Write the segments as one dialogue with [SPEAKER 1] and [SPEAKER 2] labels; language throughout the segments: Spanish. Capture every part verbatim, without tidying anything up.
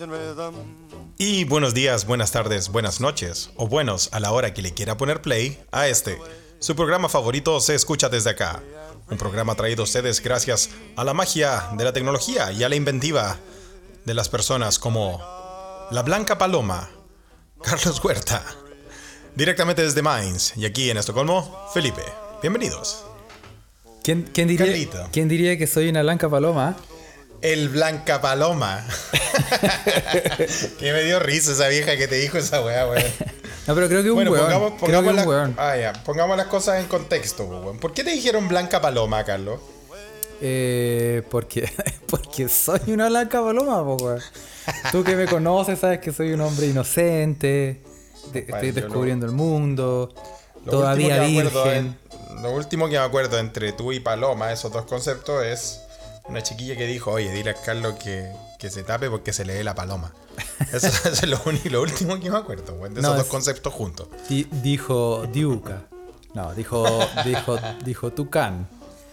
[SPEAKER 1] Y buenos días, buenas tardes, buenas noches, o buenos a la hora que le quiera poner play a este, su programa favorito Se Escucha Desde Acá. Un programa traído a ustedes gracias a la magia de la tecnología y a la inventiva de las personas como la Blanca Paloma, Carlos Huerta, directamente desde Mainz, y aquí en Estocolmo, Felipe. Bienvenidos.
[SPEAKER 2] ¿Quién, quién, diría, ¿Quién diría que soy una blanca paloma?
[SPEAKER 1] El Blanca Paloma. Que me dio risa esa vieja que te dijo esa weá, weón.
[SPEAKER 2] No, pero creo que un
[SPEAKER 1] bueno,
[SPEAKER 2] weón.
[SPEAKER 1] Pongamos,
[SPEAKER 2] creo
[SPEAKER 1] pongamos,
[SPEAKER 2] que
[SPEAKER 1] la,
[SPEAKER 2] un weón.
[SPEAKER 1] Ah, ya. Pongamos las cosas en contexto, weón. ¿Por qué te dijeron Blanca Paloma, Carlos?
[SPEAKER 2] Eh, porque, porque soy una blanca paloma, po, weón. Tú que me conoces sabes que soy un hombre inocente. De, estoy descubriendo lo, el mundo. Todavía virgen.
[SPEAKER 1] Lo último que me acuerdo entre tú y Paloma, esos dos conceptos, es una chiquilla que dijo, oye, dile a Carlos que, que se tape porque se le ve la paloma. Eso, eso es lo, único, lo último que me acuerdo, güey, de esos no, dos conceptos juntos.
[SPEAKER 2] Di, dijo Diuca. No, dijo, dijo, dijo Tucán.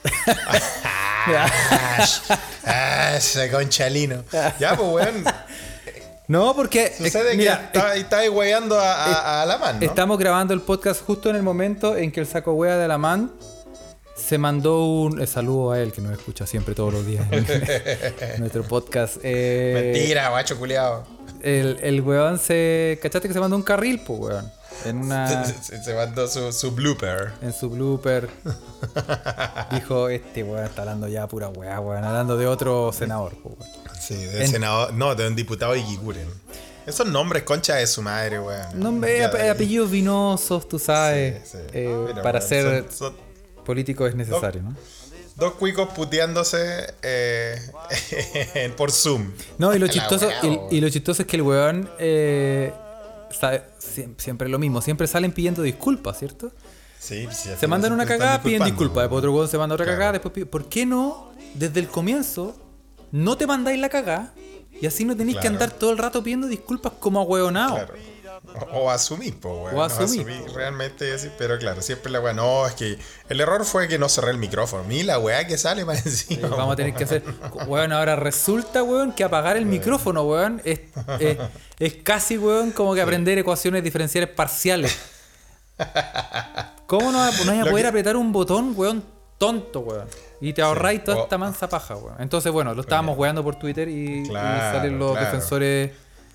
[SPEAKER 1] Ah, ese conchalino. Ya, pues, weón.
[SPEAKER 2] No, porque
[SPEAKER 1] sucede mira, que está, eh, está ahí hueveando a, a, a Alamán, ¿no?
[SPEAKER 2] Estamos grabando el podcast justo en el momento en que el saco hueá de Alamán se mandó un eh, saludo a él, que nos escucha siempre todos los días en, en nuestro podcast. Eh,
[SPEAKER 1] Mentira, guacho culiado.
[SPEAKER 2] El, el weón se... ¿Cachaste que se mandó un carril, pues, weón? En una...
[SPEAKER 1] Se, se mandó su, su blooper.
[SPEAKER 2] En su blooper. Dijo, este weón está hablando ya pura weá, weón. Hablando de otro senador, pues, weón.
[SPEAKER 1] Sí, de en... senador, no, de un diputado de Iquicuren. Esos nombres, concha de su madre, weón.
[SPEAKER 2] Nombre, ap apellidos vinosos, tú sabes. Sí, sí. Eh, Mira, para weón, ser son, son político es necesario, dos, ¿no?
[SPEAKER 1] Dos cuicos puteándose eh, por Zoom.
[SPEAKER 2] No, y lo chistoso, y, y lo chistoso es que el weón eh, sabe, siempre lo mismo, siempre salen pidiendo disculpas, ¿cierto?
[SPEAKER 1] Sí, sí.
[SPEAKER 2] Se mandan una cagada, piden disculpas, después otro weón se manda otra claro. cagada, después piden. ¿Por qué no, desde el comienzo, no te mandáis la cagada y así no tenéis claro. que andar todo el rato pidiendo disculpas como ahueonado? Claro.
[SPEAKER 1] O, o asumir, po, weón.
[SPEAKER 2] O asumir.
[SPEAKER 1] No, asumir realmente, sí, pero claro, siempre la weá. No, es que el error fue que no cerré el micrófono. Ni la weá que sale más encima.
[SPEAKER 2] Sí, vamos a tener que hacer. Weón, ahora resulta, weón, que apagar el micrófono, weón, es, es, es casi, weón, como que aprender ecuaciones diferenciales parciales. ¿Cómo no, no vas a poder que... apretar un botón, weón, tonto, weón? Y te ahorráis sí, toda oh. esta mansa paja, weón. Entonces, bueno, lo estábamos okay. weando por Twitter y, claro, y salen los claro. defensores.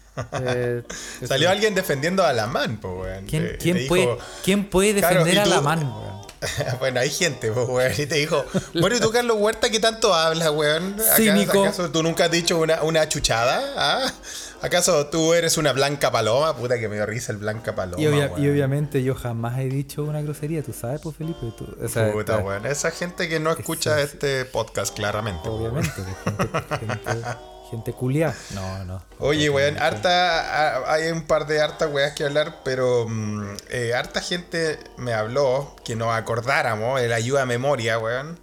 [SPEAKER 1] Eh, Salió eso. Alguien defendiendo a Alamán, pues, weón.
[SPEAKER 2] ¿Quién, te, ¿quién, te puede, dijo, ¿Quién puede defender claro, a Alamán, weón?
[SPEAKER 1] Bueno, hay gente, pues, weón. Y te dijo, bueno, ¿y tú, Carlos Huerta, qué tanto hablas, weón?
[SPEAKER 2] Cínico.
[SPEAKER 1] ¿Acaso tú nunca has dicho una, una chuchada? ¿Ah? ¿Acaso tú eres una blanca paloma? Puta que me dio risa el blanca paloma,
[SPEAKER 2] y, obvia, y obviamente yo jamás he dicho una grosería, ¿tú sabes, pues, Felipe? Tú, o sea,
[SPEAKER 1] Puta, weón. Bueno, esa gente que no escucha es, este podcast, claramente.
[SPEAKER 2] Obviamente, gente, gente, gente culia. No, no.
[SPEAKER 1] Oye, weón, harta, hay un par de hartas weas que hablar, pero eh, harta gente me habló que nos acordáramos, el ayuda a memoria, weón.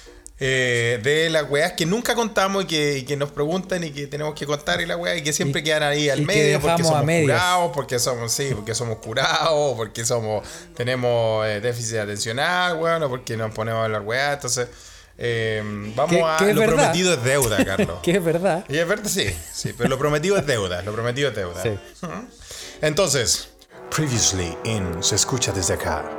[SPEAKER 1] Eh, de las weas que nunca contamos y que, y que nos preguntan y que tenemos que contar y la wea y que siempre y, quedan ahí al medio porque somos curados, porque somos, sí, porque somos curados, porque somos, tenemos eh, déficit atencional, weón, o porque nos ponemos a hablar weas, entonces eh, vamos
[SPEAKER 2] ¿Qué,
[SPEAKER 1] a
[SPEAKER 2] qué
[SPEAKER 1] lo
[SPEAKER 2] verdad?
[SPEAKER 1] Prometido es deuda, Carlos.
[SPEAKER 2] Que es verdad.
[SPEAKER 1] Y es verdad, sí, sí, pero lo prometido es deuda, lo prometido es deuda.
[SPEAKER 2] Sí.
[SPEAKER 1] Uh-huh. Entonces, previously in Se Escucha Desde Acá.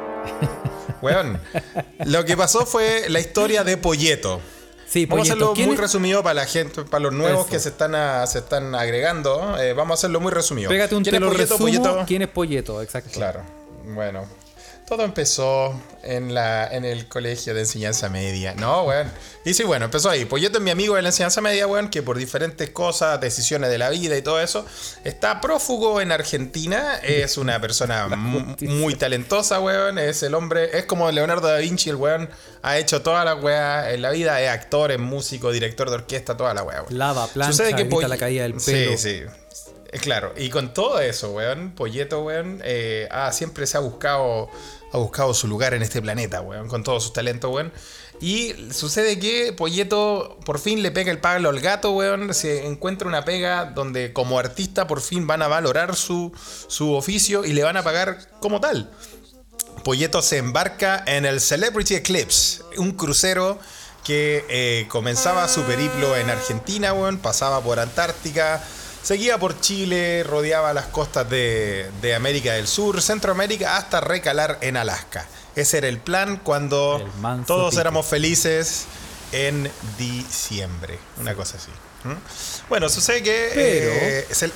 [SPEAKER 1] Weón, lo que pasó fue la historia de Polleto.
[SPEAKER 2] Sí,
[SPEAKER 1] vamos
[SPEAKER 2] Polleto.
[SPEAKER 1] a hacerlo muy
[SPEAKER 2] es?
[SPEAKER 1] resumido para la gente, para los nuevos
[SPEAKER 2] Eso.
[SPEAKER 1] que se están, a, se están agregando. Eh, vamos a hacerlo muy resumido.
[SPEAKER 2] Pégate un
[SPEAKER 1] ¿Quién
[SPEAKER 2] te lo
[SPEAKER 1] es Polleto?
[SPEAKER 2] resumo,
[SPEAKER 1] Polleto?
[SPEAKER 2] ¿Quién es Polleto? Exacto.
[SPEAKER 1] Claro, bueno. Todo empezó en, la, en el colegio de enseñanza media. No, weón. Y sí, bueno, empezó ahí. Polleto es mi amigo de la enseñanza media, weón, que por diferentes cosas, decisiones de la vida y todo eso, está prófugo en Argentina. Es una persona muy talentosa, weón. Es el hombre, es como Leonardo da Vinci, el weón. Ha hecho toda la weá en la vida. Es actor, es músico, director de orquesta, toda la weá, weón.
[SPEAKER 2] Lava, plancha, evita Poy- la caída del pelo.
[SPEAKER 1] Sí, sí. Claro, y con todo eso, weón, Polleto, weón, eh, ah, siempre se ha buscado, ha buscado su lugar en este planeta, weón, con todos sus talentos, weón. Y sucede que Polleto por fin le pega el palo al gato, weón, se encuentra una pega donde como artista por fin van a valorar su, su oficio y le van a pagar como tal. Polleto se embarca en el Celebrity Eclipse, un crucero que eh, comenzaba su periplo en Argentina, weón, pasaba por Antártica, Seguía por Chile, rodeaba las costas de, de América del Sur, Centroamérica, hasta recalar en Alaska. Ese era el plan cuando todos pique. éramos felices en diciembre. Una cosa así. ¿Mm? Bueno, sucede que...
[SPEAKER 2] Pero...
[SPEAKER 1] Eh, el,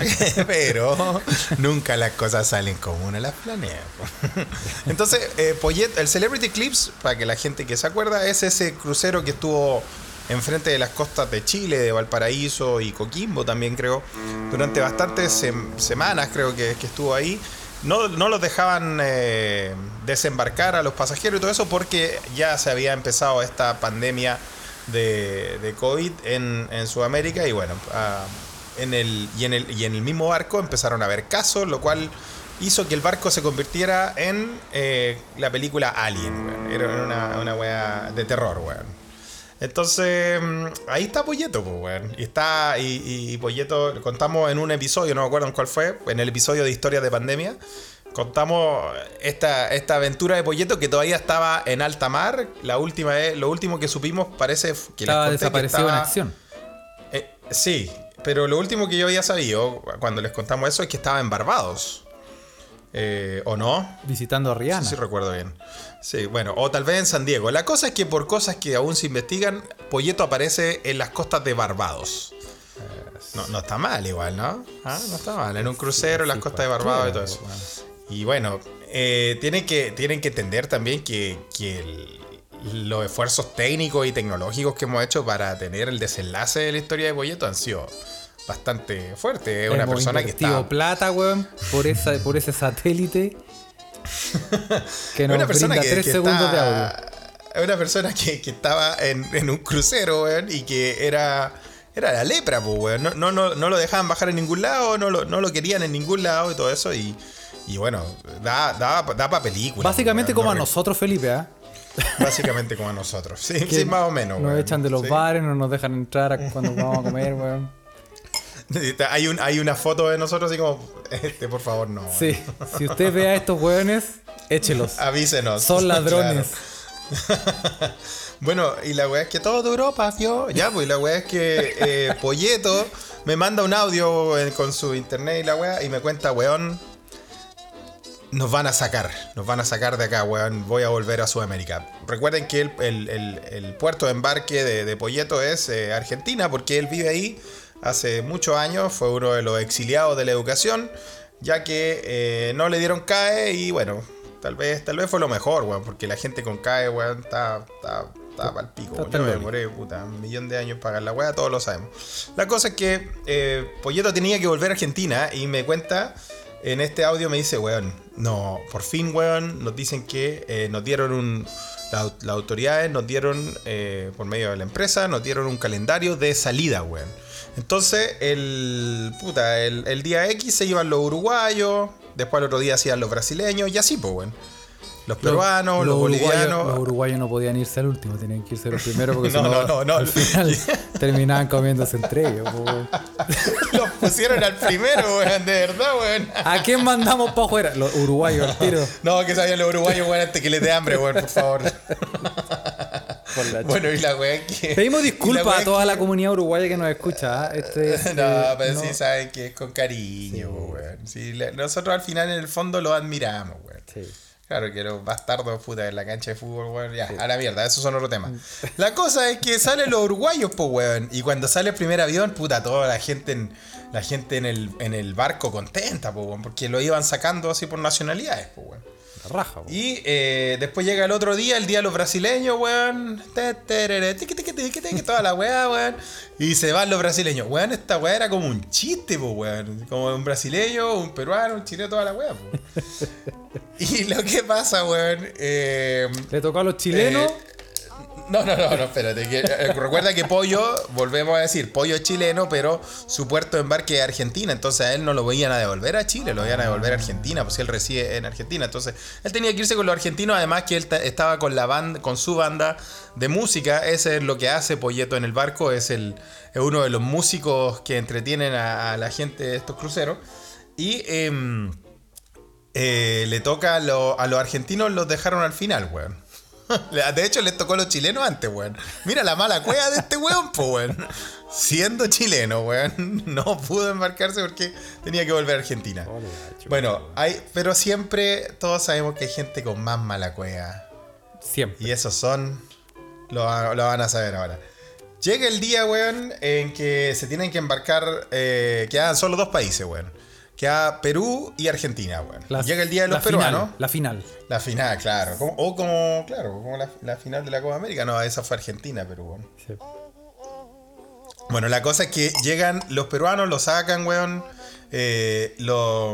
[SPEAKER 1] pero nunca las cosas salen como uno las planea. Entonces, eh, Poyet, el Celebrity Eclipse, para que la gente que se acuerda, es ese crucero que estuvo enfrente de las costas de Chile, de Valparaíso y Coquimbo también, creo. Durante bastantes sem- semanas creo que, que estuvo ahí. No, no los dejaban eh, desembarcar a los pasajeros y todo eso porque ya se había empezado esta pandemia de, de COVID en, en Sudamérica. Y bueno, uh, en el, y, en el, y en el mismo barco empezaron a haber casos, lo cual hizo que el barco se convirtiera en eh, la película Alien, weón. Era una, una wea de terror, weón. Entonces, ahí está Poyeto, pues, weón. Y está, y, y Poyeto, contamos en un episodio, no me acuerdo en cuál fue, en el episodio de Historias de Pandemia, contamos esta, esta aventura de Poyeto que todavía estaba en alta mar. La última vez, lo último que supimos parece que
[SPEAKER 2] estaba
[SPEAKER 1] les conté
[SPEAKER 2] desaparecido
[SPEAKER 1] que estaba,
[SPEAKER 2] en acción.
[SPEAKER 1] Eh, sí, pero lo último que yo había sabido cuando les contamos eso es que estaba en Barbados. Eh, ¿O no?
[SPEAKER 2] Visitando a Rihanna.
[SPEAKER 1] Sí, sí, recuerdo bien. Sí, bueno, o tal vez en San Diego. La cosa es que por cosas que aún se investigan, Poyeto aparece en las costas de Barbados. No, no está mal igual, ¿no? ¿Ah? No está mal. En un crucero, en las costas de Barbados y todo eso. Y bueno, eh, tienen, que, tienen que entender también que, que el, los esfuerzos técnicos y tecnológicos que hemos hecho para tener el desenlace de la historia de Poyeto han sido bastante fuertes. Es una
[SPEAKER 2] Hemos
[SPEAKER 1] persona que
[SPEAKER 2] invertido
[SPEAKER 1] está...
[SPEAKER 2] plata, weón, por, esa, por ese satélite que nos
[SPEAKER 1] una persona
[SPEAKER 2] brinda
[SPEAKER 1] que,
[SPEAKER 2] tres
[SPEAKER 1] que
[SPEAKER 2] segundos
[SPEAKER 1] está,
[SPEAKER 2] de audio.
[SPEAKER 1] Una persona que, que estaba en, en un crucero, weón, y que era... Era la lepra, pues, weón. No, no, no, no lo dejaban bajar en ningún lado, no lo, no lo querían en ningún lado y todo eso. Y, y bueno, da, da, da para película.
[SPEAKER 2] Básicamente
[SPEAKER 1] weón,
[SPEAKER 2] como
[SPEAKER 1] no
[SPEAKER 2] a nosotros, Felipe, ¿eh?
[SPEAKER 1] Básicamente como a nosotros. Sí, sí, más o menos,
[SPEAKER 2] Nos
[SPEAKER 1] weón.
[SPEAKER 2] echan de los
[SPEAKER 1] sí.
[SPEAKER 2] bares, no nos dejan entrar a cuando vamos a comer, weón.
[SPEAKER 1] Hay, un, hay una foto de nosotros así como, este, por favor, no. Weón.
[SPEAKER 2] Sí, si usted ve a estos weones, échelos.
[SPEAKER 1] Avísenos.
[SPEAKER 2] Son ladrones.
[SPEAKER 1] Claro. Bueno, y la weá es que todo de Europa, tío. Ya, pues, y la weá es que eh, Poyeto me manda un audio en, con su internet y la weá, y me cuenta, weón, nos van a sacar, nos van a sacar de acá, weón, voy a volver a Sudamérica. Recuerden que el, el, el, el puerto de embarque de, de Poyeto es eh, Argentina, porque él vive ahí hace muchos años, fue uno de los exiliados de la educación, ya que eh, no le dieron C A E y bueno, tal vez, tal vez fue lo mejor, weón, porque la gente con C A E, weón, está... está Estaba pa'l pico, weón. Yo me demoré, puta, un millón de años para pagar la weá, todos lo sabemos. La cosa es que eh, Poyeto tenía que volver a Argentina y me cuenta, en este audio me dice, weón, no, por fin, weón, nos dicen que eh, nos dieron un... Las la autoridades nos dieron, eh, por medio de la empresa, nos dieron un calendario de salida, weón. Entonces, el, puta, el, el día X se iban los uruguayos, después el otro día se iban los brasileños y así, pues, weón. Los peruanos, los, los, los bolivianos.
[SPEAKER 2] Los uruguayos no podían irse al último, tenían que irse los primeros porque
[SPEAKER 1] no,
[SPEAKER 2] si no,
[SPEAKER 1] no, no, no,
[SPEAKER 2] al final terminaban comiéndose entre ellos.
[SPEAKER 1] Los pusieron al primero, weón, de verdad, weón.
[SPEAKER 2] ¿A quién mandamos para afuera? Los uruguayos, al tiro.
[SPEAKER 1] No, que sabían los uruguayos, weón, antes que les dé hambre, weón, por favor. Por bueno, y la weá que...
[SPEAKER 2] Pedimos disculpas a toda
[SPEAKER 1] que...
[SPEAKER 2] la comunidad uruguaya que nos escucha. ¿eh? Este,
[SPEAKER 1] no,
[SPEAKER 2] eh,
[SPEAKER 1] pero
[SPEAKER 2] no.
[SPEAKER 1] sí saben que es con cariño, sí. Weón. Sí, nosotros al final en el fondo lo admiramos, weón.
[SPEAKER 2] Sí.
[SPEAKER 1] Claro, que los bastardos, puta, en la cancha de fútbol, weón, ya, sí. A la mierda, esos son otro tema. La cosa es que salen los uruguayos, pues, weón, y cuando sale el primer avión, puta, toda la gente en, la gente en el, en el barco contenta, pues, weón, porque lo iban sacando así por nacionalidades, pues, weón.
[SPEAKER 2] La raja, weón.
[SPEAKER 1] Y eh, después llega el otro día, el día de los brasileños, weón, toda la weá, weón, y se van los brasileños, weón, esta weá era como un chiste, pues, weón, como un brasileño, un peruano, un chileno, toda la weá, pues. Y lo que pasa, weón... Eh,
[SPEAKER 2] ¿Le tocó a los chilenos?
[SPEAKER 1] Eh, no, no, no, no, espérate. Que, eh, recuerda que Pollo, volvemos a decir, Pollo es chileno, pero su puerto de embarque es Argentina. Entonces a él no lo iban a devolver a Chile, lo iban a devolver a Argentina, pues él reside en Argentina. Entonces él tenía que irse con los argentinos, además que él t- estaba con la banda, con su banda de música. Ese es lo que hace Poyeto en el barco, es, el, es uno de los músicos que entretienen a, a la gente de estos cruceros. Y... Eh, Eh, le toca a, lo, a los argentinos, los dejaron al final, weón. De hecho, les tocó a los chilenos antes, weón. Mira la mala cueva de este weón, po, weón. Siendo chileno, weón. No pudo embarcarse porque tenía que volver a Argentina. Bueno, hay, pero siempre todos sabemos que hay gente con más mala cueva.
[SPEAKER 2] Siempre.
[SPEAKER 1] Y esos son... Lo, lo van a saber ahora. Llega el día, weón, en que se tienen que embarcar... Eh, quedan solo dos países, weón. Queda Perú y Argentina, weón. La, Llega el día de los peruanos.
[SPEAKER 2] Final, la final.
[SPEAKER 1] La final, claro. Como, o como, claro, como la, la final de la Copa América. No, esa fue Argentina, Perú, weón. Sí. Bueno, la cosa es que llegan los peruanos, lo sacan, weón. Eh, lo...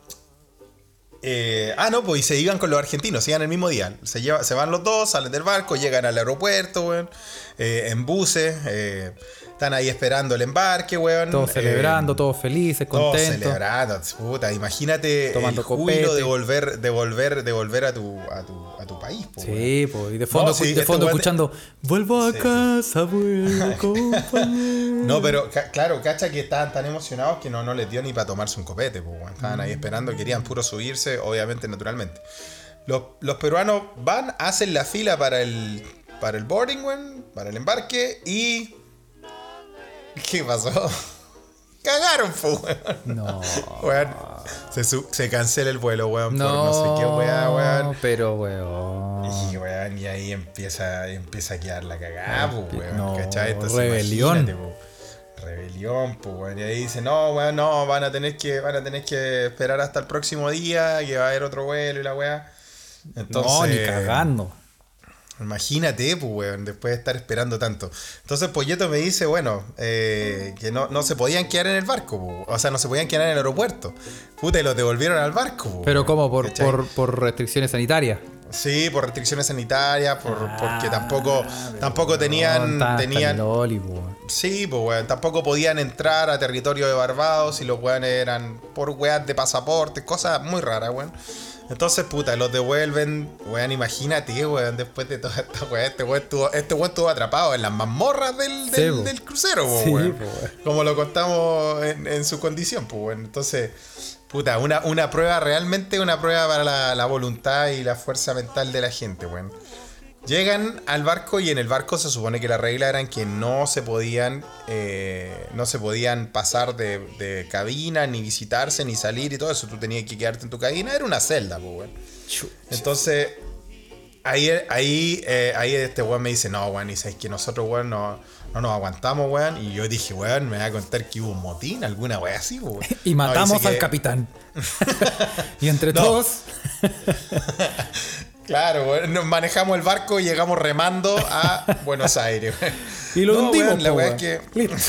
[SPEAKER 1] Eh, ah, no, pues y se iban con los argentinos, se iban el mismo día. Se, lleva, se van los dos, salen del barco, llegan al aeropuerto, weón. Eh, en buses, eh, están ahí esperando el embarque, weón.
[SPEAKER 2] Todos celebrando, eh, todos felices, contentos.
[SPEAKER 1] Todos celebrando, puta. Imagínate tomando el júbilo copete. de volver, de volver, de volver a tu, a tu, a tu país, po,
[SPEAKER 2] sí, pues, y de fondo, no, sí, de fondo escuchando, vuelvo a sí. casa, vuelvo, compañero.
[SPEAKER 1] No, pero ca- claro, cacha que estaban tan emocionados que no, no les dio ni para tomarse un copete, po, weón. Estaban ahí esperando, querían puro subirse, obviamente, naturalmente. Los, los peruanos van, hacen la fila para el, para el boarding, weón, para el embarque y... ¿Qué pasó? Cagaron, po, weón.
[SPEAKER 2] No.
[SPEAKER 1] Weón, se, su- se cancela el vuelo, weón,
[SPEAKER 2] no,
[SPEAKER 1] por no sé qué weá, weón.
[SPEAKER 2] Pero, weón.
[SPEAKER 1] Y, weón, y ahí empieza, empieza a quedar la cagada, po, weón.
[SPEAKER 2] No,
[SPEAKER 1] ¿cachai? Entonces,
[SPEAKER 2] rebelión.
[SPEAKER 1] Po. Rebelión, pues, weón. Y ahí dice, no, weón, no, van a tener que, van a tener que esperar hasta el próximo día, que va a haber otro vuelo y la weá. Entonces,
[SPEAKER 2] no, ni cagando.
[SPEAKER 1] Imagínate, pues, weón, después de estar esperando tanto. Entonces Poyeto me dice, bueno, eh, que no, no se podían quedar en el barco, pues, o sea, no se podían quedar en el aeropuerto. Puta, y los devolvieron al barco. Pues,
[SPEAKER 2] ¿pero cómo? ¿Por, por, por restricciones sanitarias?
[SPEAKER 1] Sí, por restricciones sanitarias, por, ah, porque tampoco, tampoco tenían...
[SPEAKER 2] No,
[SPEAKER 1] tenían
[SPEAKER 2] loli,
[SPEAKER 1] sí, pues, weón, tampoco podían entrar a territorio de Barbados y los weones eran por weas de pasaporte, cosas muy raras, weón. Entonces, puta, los devuelven, weón, imagínate, weón, después de toda esta weá, este weón estuvo, este weón estuvo atrapado en las mazmorras del, del, sí, del crucero, po, sí, weón. Po, weón. Como lo contamos en, en su condición, pues, weón. Entonces, puta, una, una prueba, realmente una prueba para la, la voluntad y la fuerza mental de la gente, weón. Llegan al barco y en el barco se supone que la regla era que no se podían eh, no se podían pasar de, de cabina, ni visitarse, ni salir y todo eso. Tú tenías que quedarte en tu cabina, era una celda, pues, weón. Entonces, ahí, ahí, eh, ahí este weón me dice, no, weón, y sabes que nosotros, weón, no, no nos aguantamos, weón. Y yo dije, weón, me va a contar que hubo un motín, alguna weón así, weón.
[SPEAKER 2] Y matamos no, al que... capitán. Y entre todos...
[SPEAKER 1] Claro, weón, nos manejamos el barco y llegamos remando a Buenos Aires, weón.
[SPEAKER 2] Y lo
[SPEAKER 1] no,
[SPEAKER 2] hundimos,
[SPEAKER 1] weón, la weá es que...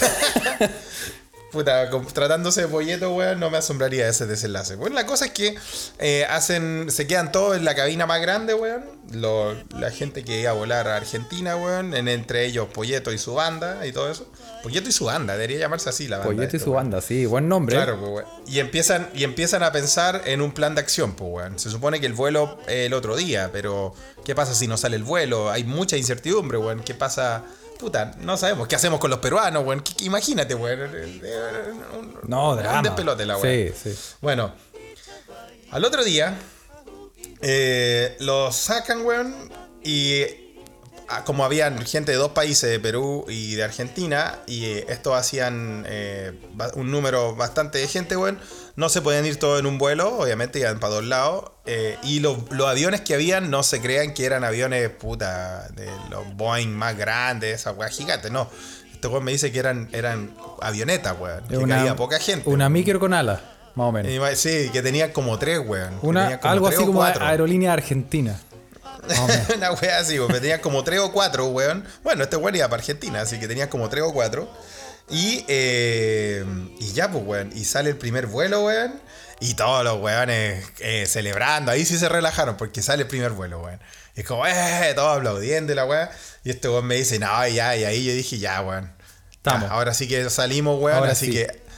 [SPEAKER 1] Puta, tratándose de Poyeto, weón, no me asombraría ese desenlace. Bueno, la cosa es que eh, hacen, se quedan todos en la cabina más grande, weón. Lo, la gente que iba a volar a Argentina, weón. En, entre ellos Poyeto y su banda y todo eso. Poyeto y su banda, debería llamarse así la banda.
[SPEAKER 2] Poyeto y
[SPEAKER 1] esto,
[SPEAKER 2] su
[SPEAKER 1] weón.
[SPEAKER 2] Banda, sí, buen nombre.
[SPEAKER 1] Claro, pues, weón. Y empiezan, y empiezan a pensar en un plan de acción, pues, weón. Se supone que el vuelo es el otro día, pero ¿qué pasa si no sale el vuelo? Hay mucha incertidumbre, weón. ¿Qué pasa? Puta, no sabemos. ¿Qué hacemos con los peruanos, weón? Imagínate, weón.
[SPEAKER 2] No, drama.
[SPEAKER 1] Un despelote la weón.
[SPEAKER 2] Sí, sí.
[SPEAKER 1] Bueno, al otro día eh, los sacan, weón, y como habían gente de dos países, de Perú y de Argentina, y eh, estos hacían eh, un número bastante de gente, weón, no se podían ir todos en un vuelo, obviamente iban para dos lados, eh, y los, los aviones que habían no se crean que eran aviones, puta, de los Boeing más grandes, esas weas gigantes, no. Este weón me dice que eran, eran avionetas, weón, que
[SPEAKER 2] una,
[SPEAKER 1] caía poca gente.
[SPEAKER 2] Una
[SPEAKER 1] weón.
[SPEAKER 2] Micro con alas, más o menos.
[SPEAKER 1] Y, sí, que tenía como tres, weón.
[SPEAKER 2] Una,
[SPEAKER 1] como
[SPEAKER 2] algo
[SPEAKER 1] tres
[SPEAKER 2] así como
[SPEAKER 1] cuatro.
[SPEAKER 2] Aerolínea Argentina.
[SPEAKER 1] Una wea así, porque tenía como tres o cuatro, weón. Bueno, este weón iba para Argentina, así que tenía como tres o cuatro. Y, eh, y ya, pues, weón. Y sale el primer vuelo, weón. Y todos los weones eh, celebrando. Ahí sí se relajaron, porque sale el primer vuelo, weón. Y es como, eh, todos aplaudiendo la weón. Y este weón me dice, no, ya. Y ahí yo dije, ya, weón.
[SPEAKER 2] Estamos.
[SPEAKER 1] Ya, ahora sí que salimos, weón.
[SPEAKER 2] Ahora
[SPEAKER 1] así
[SPEAKER 2] sí.
[SPEAKER 1] que.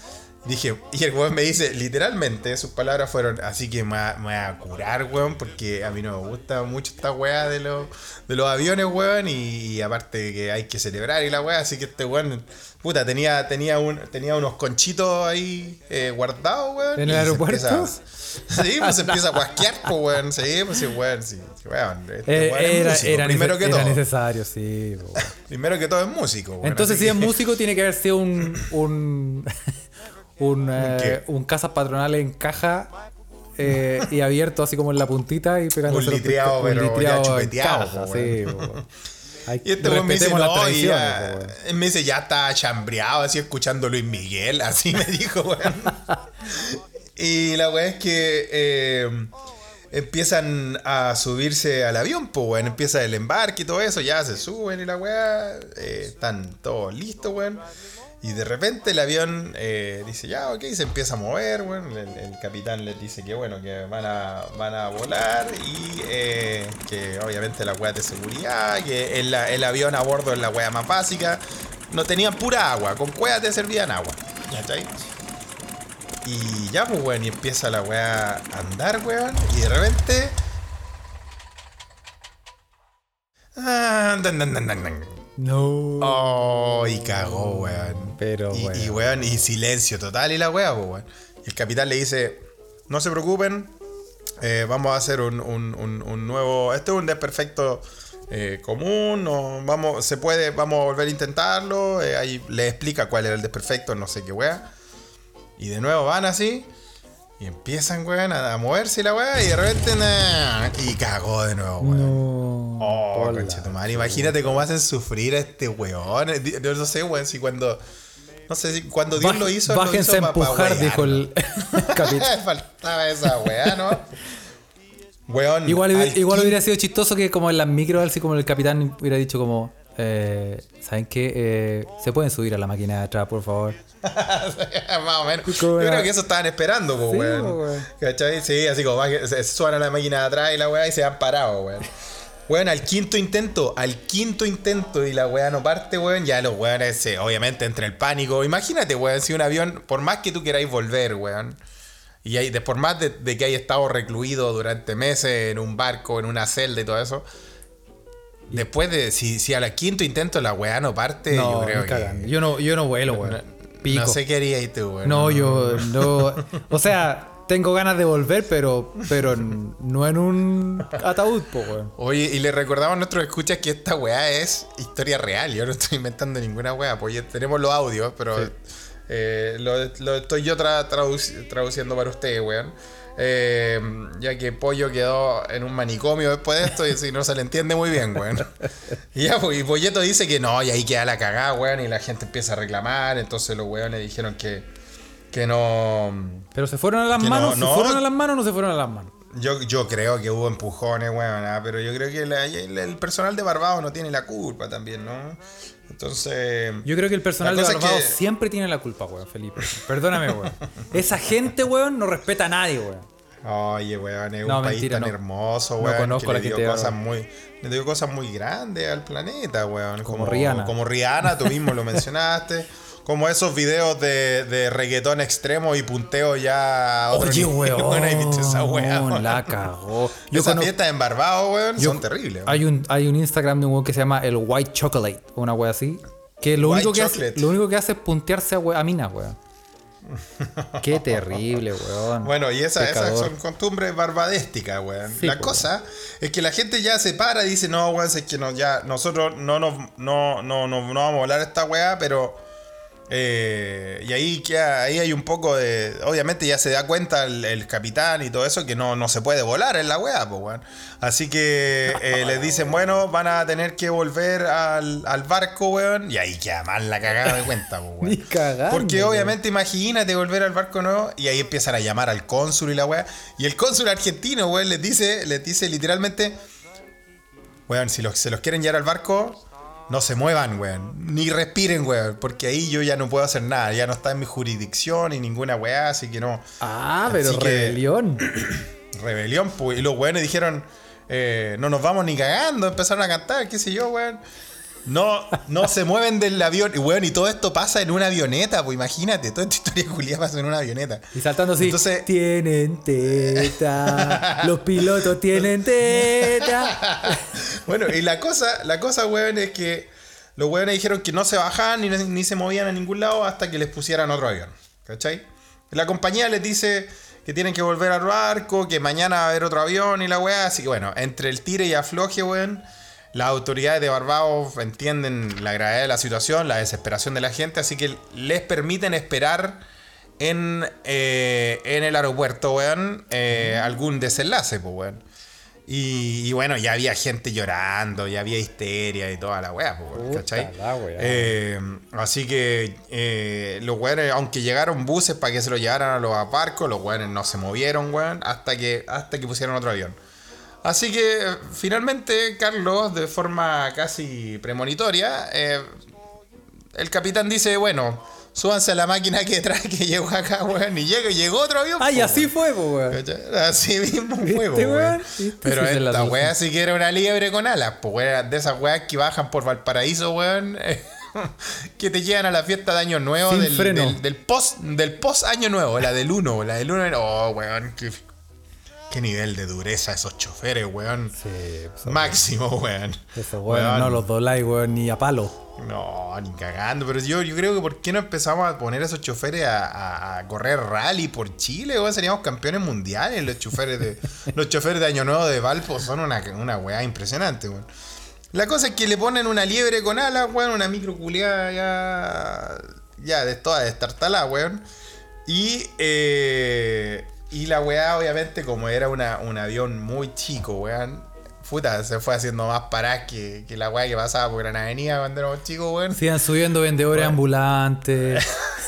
[SPEAKER 1] Dije, y el weón me dice, literalmente, sus palabras fueron, así que me va, me va a curar, weón, porque a mí no me gusta mucho esta weá de los, de los aviones, weón, y, y aparte que hay que celebrar y la weá, así que este weón, puta, tenía, tenía, un, tenía unos conchitos ahí eh, guardados, weón.
[SPEAKER 2] ¿En el aeropuerto?
[SPEAKER 1] Empieza, sí, pues se empieza a guasquear, pues, weón, sí, pues sí, weón, sí, weón. Este
[SPEAKER 2] eh,
[SPEAKER 1] weón
[SPEAKER 2] era,
[SPEAKER 1] es músico,
[SPEAKER 2] era,
[SPEAKER 1] primero que
[SPEAKER 2] era
[SPEAKER 1] todo.
[SPEAKER 2] necesario, sí. Weón.
[SPEAKER 1] Primero que todo es músico, weón.
[SPEAKER 2] Entonces, si
[SPEAKER 1] que...
[SPEAKER 2] es músico, tiene que haber sido un... un Un, eh, un casas patronales en caja eh, y abierto así como en la puntita y pegándose
[SPEAKER 1] un litriado,
[SPEAKER 2] los,
[SPEAKER 1] pero
[SPEAKER 2] un litriado
[SPEAKER 1] ya chupeteado,
[SPEAKER 2] caja,
[SPEAKER 1] po,
[SPEAKER 2] sí, po. Hay,
[SPEAKER 1] y este weón me dice, no, y ya,
[SPEAKER 2] po,
[SPEAKER 1] me dice, ya está chambreado, así escuchando Luis Miguel, así me dijo, weón. Y la weá es que eh, empiezan a subirse al avión, pues, weón, empieza el embarque y todo eso, ya se suben y la weá, eh, están todos listos, weón. Y de repente el avión eh, dice, ya, ok, se empieza a mover, bueno, el, el capitán les dice que bueno, que van a, van a volar y eh, que obviamente la weá de seguridad, que el, el avión a bordo es la weá más básica, no tenían pura agua, con cuevas te servían agua, ¿cachai? Y ya, pues, weón, y empieza la weá a andar, weón, y de repente... Ah, dan, dan, dan, dan, dan.
[SPEAKER 2] No.
[SPEAKER 1] Oh, y cagó, weón.
[SPEAKER 2] Pero,
[SPEAKER 1] y,
[SPEAKER 2] weón.
[SPEAKER 1] y, weón, y silencio total y la weá, weón. Y el capitán le dice, no se preocupen, eh, vamos a hacer un, un, un, un nuevo... Este es un desperfecto eh, común, no, vamos, se puede, vamos a volver a intentarlo. Eh, ahí le explica cuál era el desperfecto, no sé qué weá. Y de nuevo van así... Y empiezan, weón, a, a moverse y la weá, y de repente, nah, y cagó de nuevo, weón.
[SPEAKER 2] No.
[SPEAKER 1] Oh, conchetumare, imagínate cómo hacen sufrir a este weón. Yo no sé, weón, si cuando... No sé si cuando Dios
[SPEAKER 2] Baj,
[SPEAKER 1] lo hizo,
[SPEAKER 2] bájense
[SPEAKER 1] lo hizo
[SPEAKER 2] a empujar,
[SPEAKER 1] pa, pa
[SPEAKER 2] dijo el capitán.
[SPEAKER 1] Faltaba esa weá, ¿no? Weón,
[SPEAKER 2] Igual, igual
[SPEAKER 1] quinto...
[SPEAKER 2] hubiera sido chistoso que como en las micros, así como el capitán hubiera dicho como... Eh, ¿Saben qué? Eh, ¿Se pueden subir a la máquina de atrás, por favor?
[SPEAKER 1] Más o menos. Yo creo que eso estaban esperando, po,
[SPEAKER 2] sí,
[SPEAKER 1] weón.
[SPEAKER 2] Po, weón.
[SPEAKER 1] ¿Cachai? Sí, así como se, se suban a la máquina de atrás y la weá y se han parado, weón. Weón, al quinto intento, al quinto intento y la weá no parte, weón, ya los weones se, obviamente entra el pánico. Imagínate, weón, si un avión, por más que tú queráis volver, weón, y hay, de, por más de, de que hayas estado recluido durante meses en un barco, en una celda y todo eso, después de, si, si al quinto intento la weá no parte,
[SPEAKER 2] no,
[SPEAKER 1] yo creo que...
[SPEAKER 2] Cagan. Yo no, yo no vuelo, weón.
[SPEAKER 1] No,
[SPEAKER 2] Pico.
[SPEAKER 1] no sé qué harías tú, weón.
[SPEAKER 2] No, yo no... O sea... Tengo ganas de volver, pero pero no en un ataúd, po, weón.
[SPEAKER 1] Oye, y le recordamos a nuestros escuchas que esta weá es historia real. Yo no estoy inventando ninguna weá. Pues ya tenemos los audios, pero sí. eh, lo, lo estoy yo tra traduci traduciendo para ustedes, weón. Eh, ya que Pollo quedó en un manicomio después de esto y si no se le entiende muy bien, weón. Y ya, pues, y Polleto dice que no, y ahí queda la cagada, weón, y la gente empieza a reclamar. Entonces los weones dijeron que... Que no...
[SPEAKER 2] ¿Pero se fueron a las manos?
[SPEAKER 1] No,
[SPEAKER 2] ¿Se
[SPEAKER 1] no.
[SPEAKER 2] fueron a las manos o no se fueron a las manos?
[SPEAKER 1] Yo, yo creo que hubo empujones, weón, ¿eh? Pero yo creo que la, el, el personal de Barbados no tiene la culpa también, ¿no? Entonces...
[SPEAKER 2] Yo creo que el personal de Barbados
[SPEAKER 1] es que...
[SPEAKER 2] siempre tiene la culpa, weón, Felipe. Perdóname, weón. Esa gente, weón, no respeta a nadie, weón.
[SPEAKER 1] Oye, weón, es
[SPEAKER 2] no,
[SPEAKER 1] un
[SPEAKER 2] mentira,
[SPEAKER 1] país tan
[SPEAKER 2] no.
[SPEAKER 1] hermoso, weón,
[SPEAKER 2] no conozco
[SPEAKER 1] que
[SPEAKER 2] la
[SPEAKER 1] le dio
[SPEAKER 2] gente
[SPEAKER 1] cosas muy, le dio cosas muy grandes al planeta, weón.
[SPEAKER 2] Como, como Rihanna.
[SPEAKER 1] Como Rihanna, tú mismo lo mencionaste. Como esos videos de, de reggaetón extremo y punteo ya a otro
[SPEAKER 2] Oye,
[SPEAKER 1] nivel.
[SPEAKER 2] weón.
[SPEAKER 1] Bueno, ¿y viste esa weá, weón?
[SPEAKER 2] La cagó.
[SPEAKER 1] Esas fiestas en Barbados, weón, yo, son terribles.
[SPEAKER 2] Hay un, hay un Instagram de un weón que se llama el White Chocolate, una weá así. Que lo único que, hace, lo único que hace es puntearse a, we, a minas, weón. Qué terrible, weón.
[SPEAKER 1] Bueno, y esa, esas son costumbres barbadésticas, weón. Sí, la pues, cosa es que la gente ya se para y dice, no, weón, es que no, ya, nosotros no nos no, no, no, no vamos a volar esta weá, pero... Eh, y ahí, queda, ahí hay un poco de... Obviamente ya se da cuenta el, el capitán y todo eso que no, no se puede volar en la weá, pues, weón. Así que eh, les dicen, bueno, van a tener que volver al, al barco, weón. Y ahí queda mal la cagada de cuenta, pues, weón.
[SPEAKER 2] Ni cagando,
[SPEAKER 1] porque obviamente weón. Imagínate volver al barco nuevo y ahí empiezan a llamar al cónsul y la weá. Y el cónsul argentino, weón, les dice, les dice literalmente, weón, si los, se los quieren llevar al barco... No se muevan, weón. Ni respiren, weón. Porque ahí yo ya no puedo hacer nada. Ya no está en mi jurisdicción y ninguna weá, así que no.
[SPEAKER 2] Ah, pero así rebelión.
[SPEAKER 1] Que, rebelión, pues. Y los weones dijeron, eh, no nos vamos ni cagando. Empezaron a cantar, qué sé yo, weón. No, no se mueven del avión. Y weón, y todo esto pasa en una avioneta, pues imagínate, toda esta historia culiada pasa en una avioneta.
[SPEAKER 2] Y saltando así, entonces, tienen teta, los pilotos tienen teta.
[SPEAKER 1] Bueno, y la cosa, la cosa, weón, es que los weones dijeron que no se bajaban ni, ni se movían a ningún lado hasta que les pusieran otro avión. ¿Cachai? La compañía les dice que tienen que volver al barco, que mañana va a haber otro avión y la weá. Así que bueno, entre el tire y afloje, weón, las autoridades de Barbados entienden la gravedad de la situación, la desesperación de la gente, así que les permiten esperar en, eh, en el aeropuerto, weón, eh, algún desenlace, pues, weón. Y, y bueno, ya había gente llorando, ya había histeria y toda la weá, pues, ¿cachai? La weá. Eh, así que eh, los weones, aunque llegaron buses para que se lo llevaran a los barcos, los weones no se movieron, weón, hasta que, hasta que pusieron otro avión. Así que finalmente, Carlos, de forma casi premonitoria, eh, el capitán dice, bueno, súbanse a la máquina que trae que llegó acá, weón, y llega, y llegó otro avión.
[SPEAKER 2] Ay, po, así fue, po, weón.
[SPEAKER 1] Así mismo fue, po, weón. Pero sí, esta weá sí que era una liebre con alas, po, weón, de esas weas que bajan por Valparaíso, weón, que te llevan a la fiesta de Año Nuevo del, del, del post del post Año Nuevo, la del uno, la del uno, oh, weón, qué... Qué nivel de dureza esos choferes, weón. Sí, pues, máximo, weón.
[SPEAKER 2] Eso, weón, weón, no los dobláis, weón, ni a palo.
[SPEAKER 1] No, ni cagando. Pero yo, yo creo que ¿por qué no empezamos a poner a esos choferes a, a, a correr rally por Chile, weón? Seríamos campeones mundiales. Los choferes de los choferes de Año Nuevo de Valpo son una, una weá impresionante, weón. La cosa es que le ponen una liebre con alas, weón, una micro culiada ya. Ya, de toda destartalada, weón. Y eh. Y la weá, obviamente, como era una, un avión muy chico, weón, puta, se fue haciendo más paradas que, que la weá que pasaba por Gran Avenida cuando éramos chicos, weón.
[SPEAKER 2] Sigan subiendo vendedores weón. ambulantes.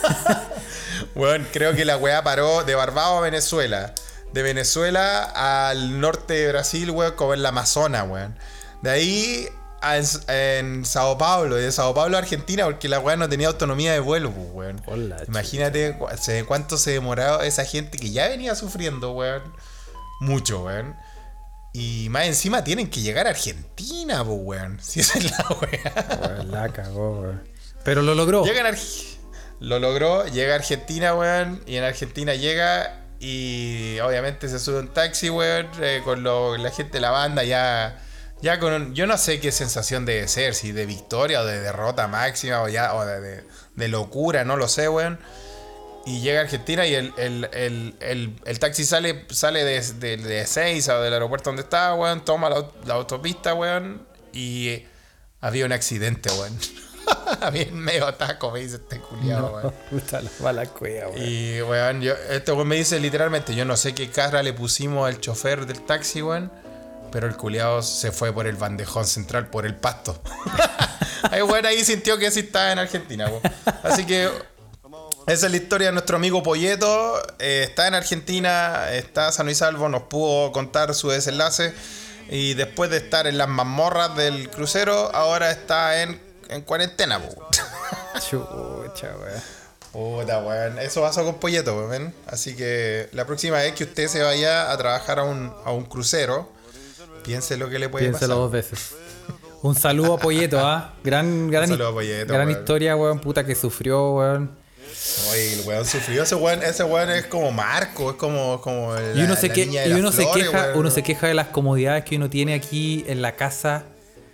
[SPEAKER 1] Weón, creo que la weá paró de Barbados a Venezuela. De Venezuela al norte de Brasil, weón, como en la Amazonas, weón. De ahí a en, en Sao Paulo, de Sao Paulo a Argentina, porque la weá no tenía autonomía de vuelo, pues, weón. Hola, imagínate chica. cuánto se demoraba esa gente que ya venía sufriendo, weón. Mucho, weón. Y más encima tienen que llegar a Argentina, pues, weón. Si esa es la weá.
[SPEAKER 2] Weón, la cagó, weón. Pero lo logró.
[SPEAKER 1] Llegan a Arge- lo logró, llega a Argentina, weón. Y en Argentina llega y obviamente se sube un taxi, weón. Eh, con lo, la gente de la banda ya... Ya con un, yo no sé qué sensación debe ser, si de victoria o de derrota máxima o ya o de, de, de locura, no lo sé, weón. Y llega a Argentina y el, el, el, el, el taxi sale, sale de, de, de Ezeiza o del aeropuerto donde estaba, weón, toma la, la autopista, weón, y había un accidente, weón. Había medio taco, me dice este culiado,
[SPEAKER 2] no,
[SPEAKER 1] weón.
[SPEAKER 2] Puta la mala cueva, weón.
[SPEAKER 1] Y, weón, yo, este weón me dice literalmente, yo no sé qué cara le pusimos al chofer del taxi, weón. Pero el culiado se fue por el bandejón central, por el pasto. Ahí, bueno, ahí sintió que sí estaba en Argentina, weón. Así que esa es la historia de nuestro amigo Polleto. Eh, está en Argentina, está sano y salvo, nos pudo contar su desenlace. Y después de estar en las mazmorras del crucero, ahora está en, en cuarentena, weón.
[SPEAKER 2] Chucha, weón.
[SPEAKER 1] Puta, weón. Eso pasó con Polleto, weón. Así que la próxima vez que usted se vaya a trabajar a un, a un crucero, piense lo que le puede
[SPEAKER 2] Piénselo
[SPEAKER 1] pasar.
[SPEAKER 2] dos veces. Un saludo a Polleto, ¿ah? ¿eh? Gran, gran,
[SPEAKER 1] Un saludo a Polleto,
[SPEAKER 2] gran
[SPEAKER 1] weón.
[SPEAKER 2] historia, weón, puta que sufrió, weón.
[SPEAKER 1] Oye, el weón sufrió. Ese weón, ese weón es como Marco, es como, como la,
[SPEAKER 2] y uno se,
[SPEAKER 1] la
[SPEAKER 2] que,
[SPEAKER 1] niña de
[SPEAKER 2] y uno
[SPEAKER 1] las
[SPEAKER 2] se
[SPEAKER 1] flores,
[SPEAKER 2] queja,
[SPEAKER 1] weón.
[SPEAKER 2] uno se queja de las comodidades que uno tiene aquí en la casa.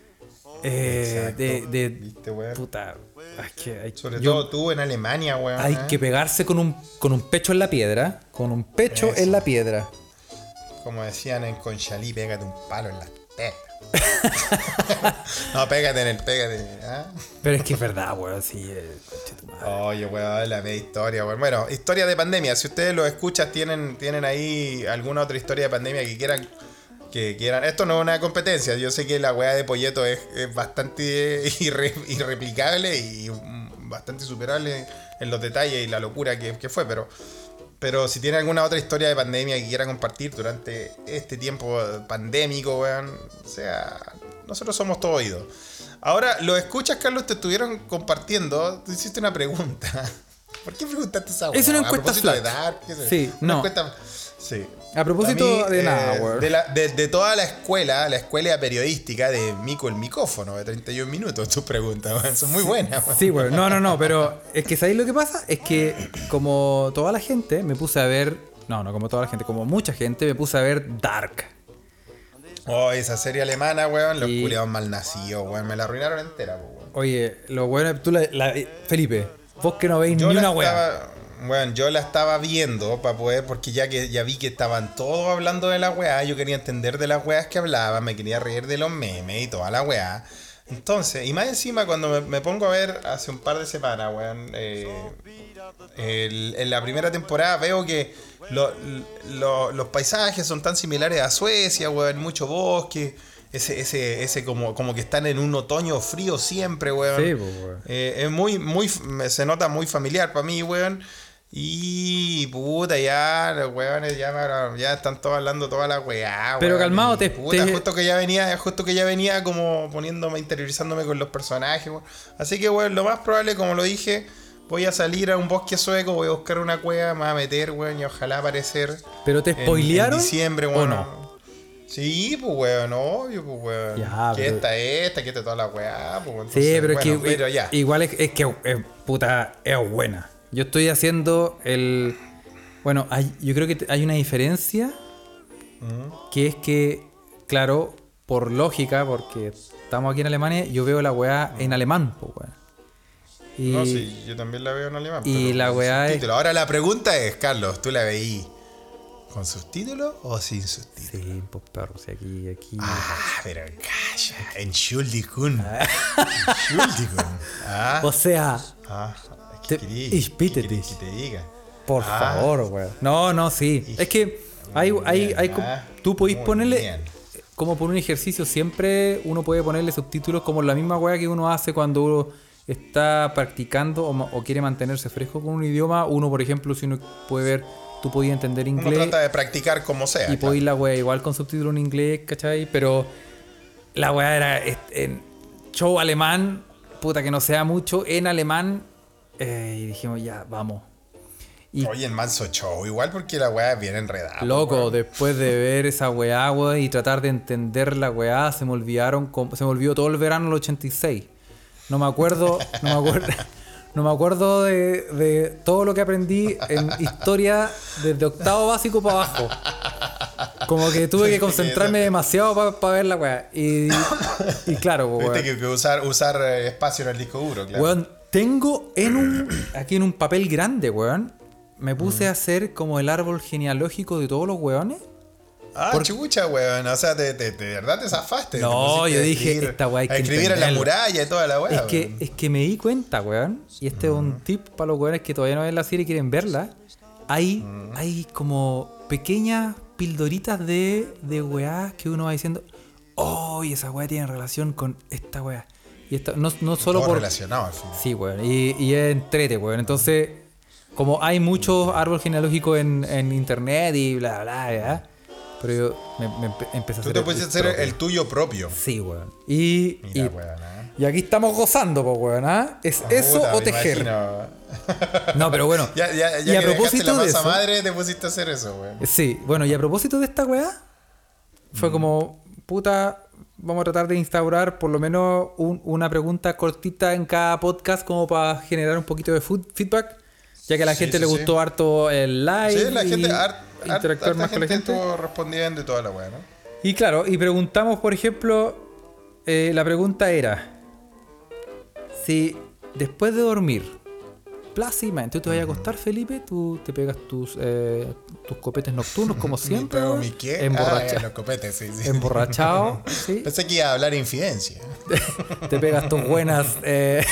[SPEAKER 2] Eh, de, de
[SPEAKER 1] ¿Viste, weón?
[SPEAKER 2] Puta. Es que hay,
[SPEAKER 1] Sobre
[SPEAKER 2] yo,
[SPEAKER 1] todo tú en Alemania, weón.
[SPEAKER 2] Hay
[SPEAKER 1] ¿eh?
[SPEAKER 2] que pegarse con un, con un pecho en la piedra. Con un pecho
[SPEAKER 1] Eso.
[SPEAKER 2] en la piedra.
[SPEAKER 1] Como decían en Conchalí, pégate un palo en la teta. No, pégate en el, pégate. ¿eh?
[SPEAKER 2] Pero es que es verdad, weón, sí. Eh,
[SPEAKER 1] Oye, weón, la media historia, weón. Bueno, historia de pandemia. Si ustedes lo escuchan, tienen, tienen ahí alguna otra historia de pandemia que quieran. Que quieran. Esto no es una competencia. Yo sé que la weá de Polleto es, es bastante irre, irreplicable y bastante superable en los detalles y la locura que, que fue, pero. Pero si tiene alguna otra historia de pandemia que quiera compartir durante este tiempo pandémico, weón, o sea, nosotros somos todo oídos. Ahora, los escuchas, Carlos, te estuvieron compartiendo. Tú hiciste una pregunta. ¿Por qué preguntaste esa weón?
[SPEAKER 2] Es una encuesta flash.
[SPEAKER 1] Dar, ¿qué
[SPEAKER 2] sí,
[SPEAKER 1] una
[SPEAKER 2] no.
[SPEAKER 1] encuesta... Sí.
[SPEAKER 2] A propósito
[SPEAKER 1] mí,
[SPEAKER 2] de
[SPEAKER 1] eh,
[SPEAKER 2] nada, weón.
[SPEAKER 1] De, la, de, de toda la escuela, la escuela periodística de Mico el Micófono, de treinta y un minutos, tus preguntas, weón. Son muy buenas, weón.
[SPEAKER 2] Sí, weón. No, no, no, pero es que ¿sabéis lo que pasa? Es que como toda la gente me puse a ver... No, no como toda la gente, como mucha gente me puse a ver Dark.
[SPEAKER 1] Oh, esa serie alemana, weón, los
[SPEAKER 2] Y-
[SPEAKER 1] culiados mal nacidos, weón. Me la arruinaron entera, weón.
[SPEAKER 2] Oye, lo bueno, tú la, la- Felipe, vos que no veis
[SPEAKER 1] Yo
[SPEAKER 2] ni
[SPEAKER 1] la
[SPEAKER 2] una weá.
[SPEAKER 1] estaba, bueno, yo la estaba viendo para poder, porque ya que ya vi que estaban todos hablando de la weá, yo quería entender de las weas que hablaban, me quería reír de los memes y toda la weá. Entonces, y más encima cuando me, me pongo a ver hace un par de semanas, weón, eh, el- en la primera temporada veo que lo- lo- los paisajes son tan similares a Suecia, weón, mucho bosque. Ese, ese, ese como, como que están en un otoño frío siempre, weón.
[SPEAKER 2] Sí, pues, weón.
[SPEAKER 1] Eh, es muy, muy, se nota muy familiar para mí, weón. Y puta, ya, los weones ya, me- ya están todos hablando toda la weá,
[SPEAKER 2] Pero
[SPEAKER 1] weón.
[SPEAKER 2] calmado,
[SPEAKER 1] Y,
[SPEAKER 2] te-
[SPEAKER 1] puta,
[SPEAKER 2] te-
[SPEAKER 1] justo que ya venía, justo que ya venía como poniéndome, interiorizándome con los personajes, weón. Así que, weón, lo más probable, como lo dije, voy a salir a un bosque sueco, voy a buscar una cueva, me voy a meter, weón, y ojalá aparecer.
[SPEAKER 2] ¿Pero te
[SPEAKER 1] en-
[SPEAKER 2] spoilearon
[SPEAKER 1] En diciembre,
[SPEAKER 2] o
[SPEAKER 1] weón.
[SPEAKER 2] no?
[SPEAKER 1] Sí, pues weón, obvio, pues weón.
[SPEAKER 2] Ya,
[SPEAKER 1] que
[SPEAKER 2] pero-
[SPEAKER 1] esta, esta, que esta, toda la weá, pues weón.
[SPEAKER 2] Sí,
[SPEAKER 1] Entonces,
[SPEAKER 2] pero es
[SPEAKER 1] bueno,
[SPEAKER 2] que
[SPEAKER 1] pero ya.
[SPEAKER 2] igual es, es que es, puta, es buena. Yo estoy haciendo el... Bueno, hay, yo creo que te- hay una diferencia
[SPEAKER 1] Mm.
[SPEAKER 2] que es que, claro, por lógica, porque estamos aquí en Alemania, yo veo la weá en alemán, pues weón. Y,
[SPEAKER 1] No, sí, yo también la veo en alemán.
[SPEAKER 2] y
[SPEAKER 1] pero
[SPEAKER 2] la
[SPEAKER 1] con
[SPEAKER 2] weá es-
[SPEAKER 1] subtítulos. Ahora la pregunta es, Carlos, ¿tú la veí con subtítulos o sin subtítulos?
[SPEAKER 2] Sí, pues perro, si aquí, aquí...
[SPEAKER 1] Ah, pero calla, Entschuldigung. Entschuldigung. Ah,
[SPEAKER 2] O sea,
[SPEAKER 1] ah, ¿qué
[SPEAKER 2] te-
[SPEAKER 1] querís?
[SPEAKER 2] ich bitte
[SPEAKER 1] ¿Qué querés
[SPEAKER 2] dich.
[SPEAKER 1] que te diga?
[SPEAKER 2] por
[SPEAKER 1] Ah,
[SPEAKER 2] favor, weón. No, no, sí. Es que hay,
[SPEAKER 1] Muy
[SPEAKER 2] hay,
[SPEAKER 1] bien,
[SPEAKER 2] hay, co-
[SPEAKER 1] ah,
[SPEAKER 2] tú podés
[SPEAKER 1] muy
[SPEAKER 2] ponerle...
[SPEAKER 1] bien.
[SPEAKER 2] Como por un ejercicio, siempre uno puede ponerle subtítulos como la misma weá que uno hace cuando uno está practicando o, ma- o quiere mantenerse fresco con un idioma. Uno, por ejemplo, si uno puede ver, tú podías entender
[SPEAKER 1] Uno
[SPEAKER 2] inglés
[SPEAKER 1] trata de practicar como sea.
[SPEAKER 2] y
[SPEAKER 1] claro.
[SPEAKER 2] podías la weá igual con subtítulos en inglés, ¿cachai? Pero la weá era est- en show alemán, puta que no sea mucho, en alemán. eh, y dijimos, ya, vamos. Y
[SPEAKER 1] Oye, el manso show, igual porque la weá es bien enredada.
[SPEAKER 2] loco,
[SPEAKER 1] weón.
[SPEAKER 2] después de ver esa weá, weón, y tratar de entender la weá, se me olvidaron, com- se me olvidó todo el verano del ochenta y seis. No me acuerdo, no me acuerdo, no me acuerdo de, de todo lo que aprendí en historia desde octavo básico para abajo. Como que tuve que concentrarme demasiado para ver la weá. Y, y claro, weón.
[SPEAKER 1] Viste que, que usar, usar eh, espacio en el disco duro, claro.
[SPEAKER 2] Weón, tengo en un, aquí en un papel grande, weón, me puse a hacer como el árbol genealógico de todos los weones.
[SPEAKER 1] Ah,
[SPEAKER 2] por-
[SPEAKER 1] chucha, weón. O sea, te, te- te- de verdad te zafaste.
[SPEAKER 2] No,
[SPEAKER 1] Te pusiste
[SPEAKER 2] yo
[SPEAKER 1] a
[SPEAKER 2] dije,
[SPEAKER 1] escribir-
[SPEAKER 2] esta weá hay
[SPEAKER 1] a
[SPEAKER 2] que
[SPEAKER 1] escribir en la
[SPEAKER 2] entenderla.
[SPEAKER 1] muralla y toda la weá.
[SPEAKER 2] Es que,
[SPEAKER 1] weón.
[SPEAKER 2] es que me di cuenta, weón, y este es un tip para los weones que todavía no ven la serie y quieren verla. Hay, hay como pequeñas pildoritas de, de weá que uno va diciendo, oh, y esa weá tiene relación con esta weá. Y esta, no, no solo
[SPEAKER 1] Todo
[SPEAKER 2] por...
[SPEAKER 1] relacionado al final.
[SPEAKER 2] Sí, weón, y, y es entrete, weón. Entonces, como hay muchos árboles genealógicos en, en internet y bla, bla, bla, pero yo me, me empe- empecé a
[SPEAKER 1] Tú
[SPEAKER 2] hacer
[SPEAKER 1] te pusiste a hacer
[SPEAKER 2] propio.
[SPEAKER 1] el tuyo propio.
[SPEAKER 2] Sí, weón. Y,
[SPEAKER 1] Mira,
[SPEAKER 2] y,
[SPEAKER 1] weón. ¿eh?
[SPEAKER 2] y aquí estamos gozando, pues, weón, ¿ah? ¿Es
[SPEAKER 1] Ah,
[SPEAKER 2] eso
[SPEAKER 1] puta,
[SPEAKER 2] o
[SPEAKER 1] me
[SPEAKER 2] tejer?
[SPEAKER 1] imagino.
[SPEAKER 2] No, pero bueno.
[SPEAKER 1] Ya, ya, ya
[SPEAKER 2] y
[SPEAKER 1] que
[SPEAKER 2] a
[SPEAKER 1] dejaste
[SPEAKER 2] propósito
[SPEAKER 1] la
[SPEAKER 2] de
[SPEAKER 1] masa
[SPEAKER 2] eso.
[SPEAKER 1] madre, te pusiste a hacer eso, weón.
[SPEAKER 2] Sí, bueno, y a propósito de esta weá, fue como, puta, vamos a tratar de instaurar por lo menos un- una pregunta cortita en cada podcast como para generar un poquito de food- feedback, ya que a la
[SPEAKER 1] Sí,
[SPEAKER 2] gente
[SPEAKER 1] sí,
[SPEAKER 2] le
[SPEAKER 1] sí.
[SPEAKER 2] gustó harto el live
[SPEAKER 1] Sí, la gente,
[SPEAKER 2] y
[SPEAKER 1] art, art-
[SPEAKER 2] interactuar
[SPEAKER 1] harta
[SPEAKER 2] más con la gente.
[SPEAKER 1] estuvo respondiendo y toda la weá, ¿no?
[SPEAKER 2] Y claro, y preguntamos, por ejemplo, eh, la pregunta era, si después de dormir, plácidamente, tú te vas a acostar, Felipe, tú te pegas tus, eh, tus copetes nocturnos como siempre,
[SPEAKER 1] ¿Pero
[SPEAKER 2] weón,
[SPEAKER 1] mi qué?
[SPEAKER 2] emborracha-
[SPEAKER 1] Ah, los copetes, sí, sí.
[SPEAKER 2] emborrachado, ¿sí?
[SPEAKER 1] Pensé que iba a hablar infidencia.
[SPEAKER 2] Te pegas tus buenas eh,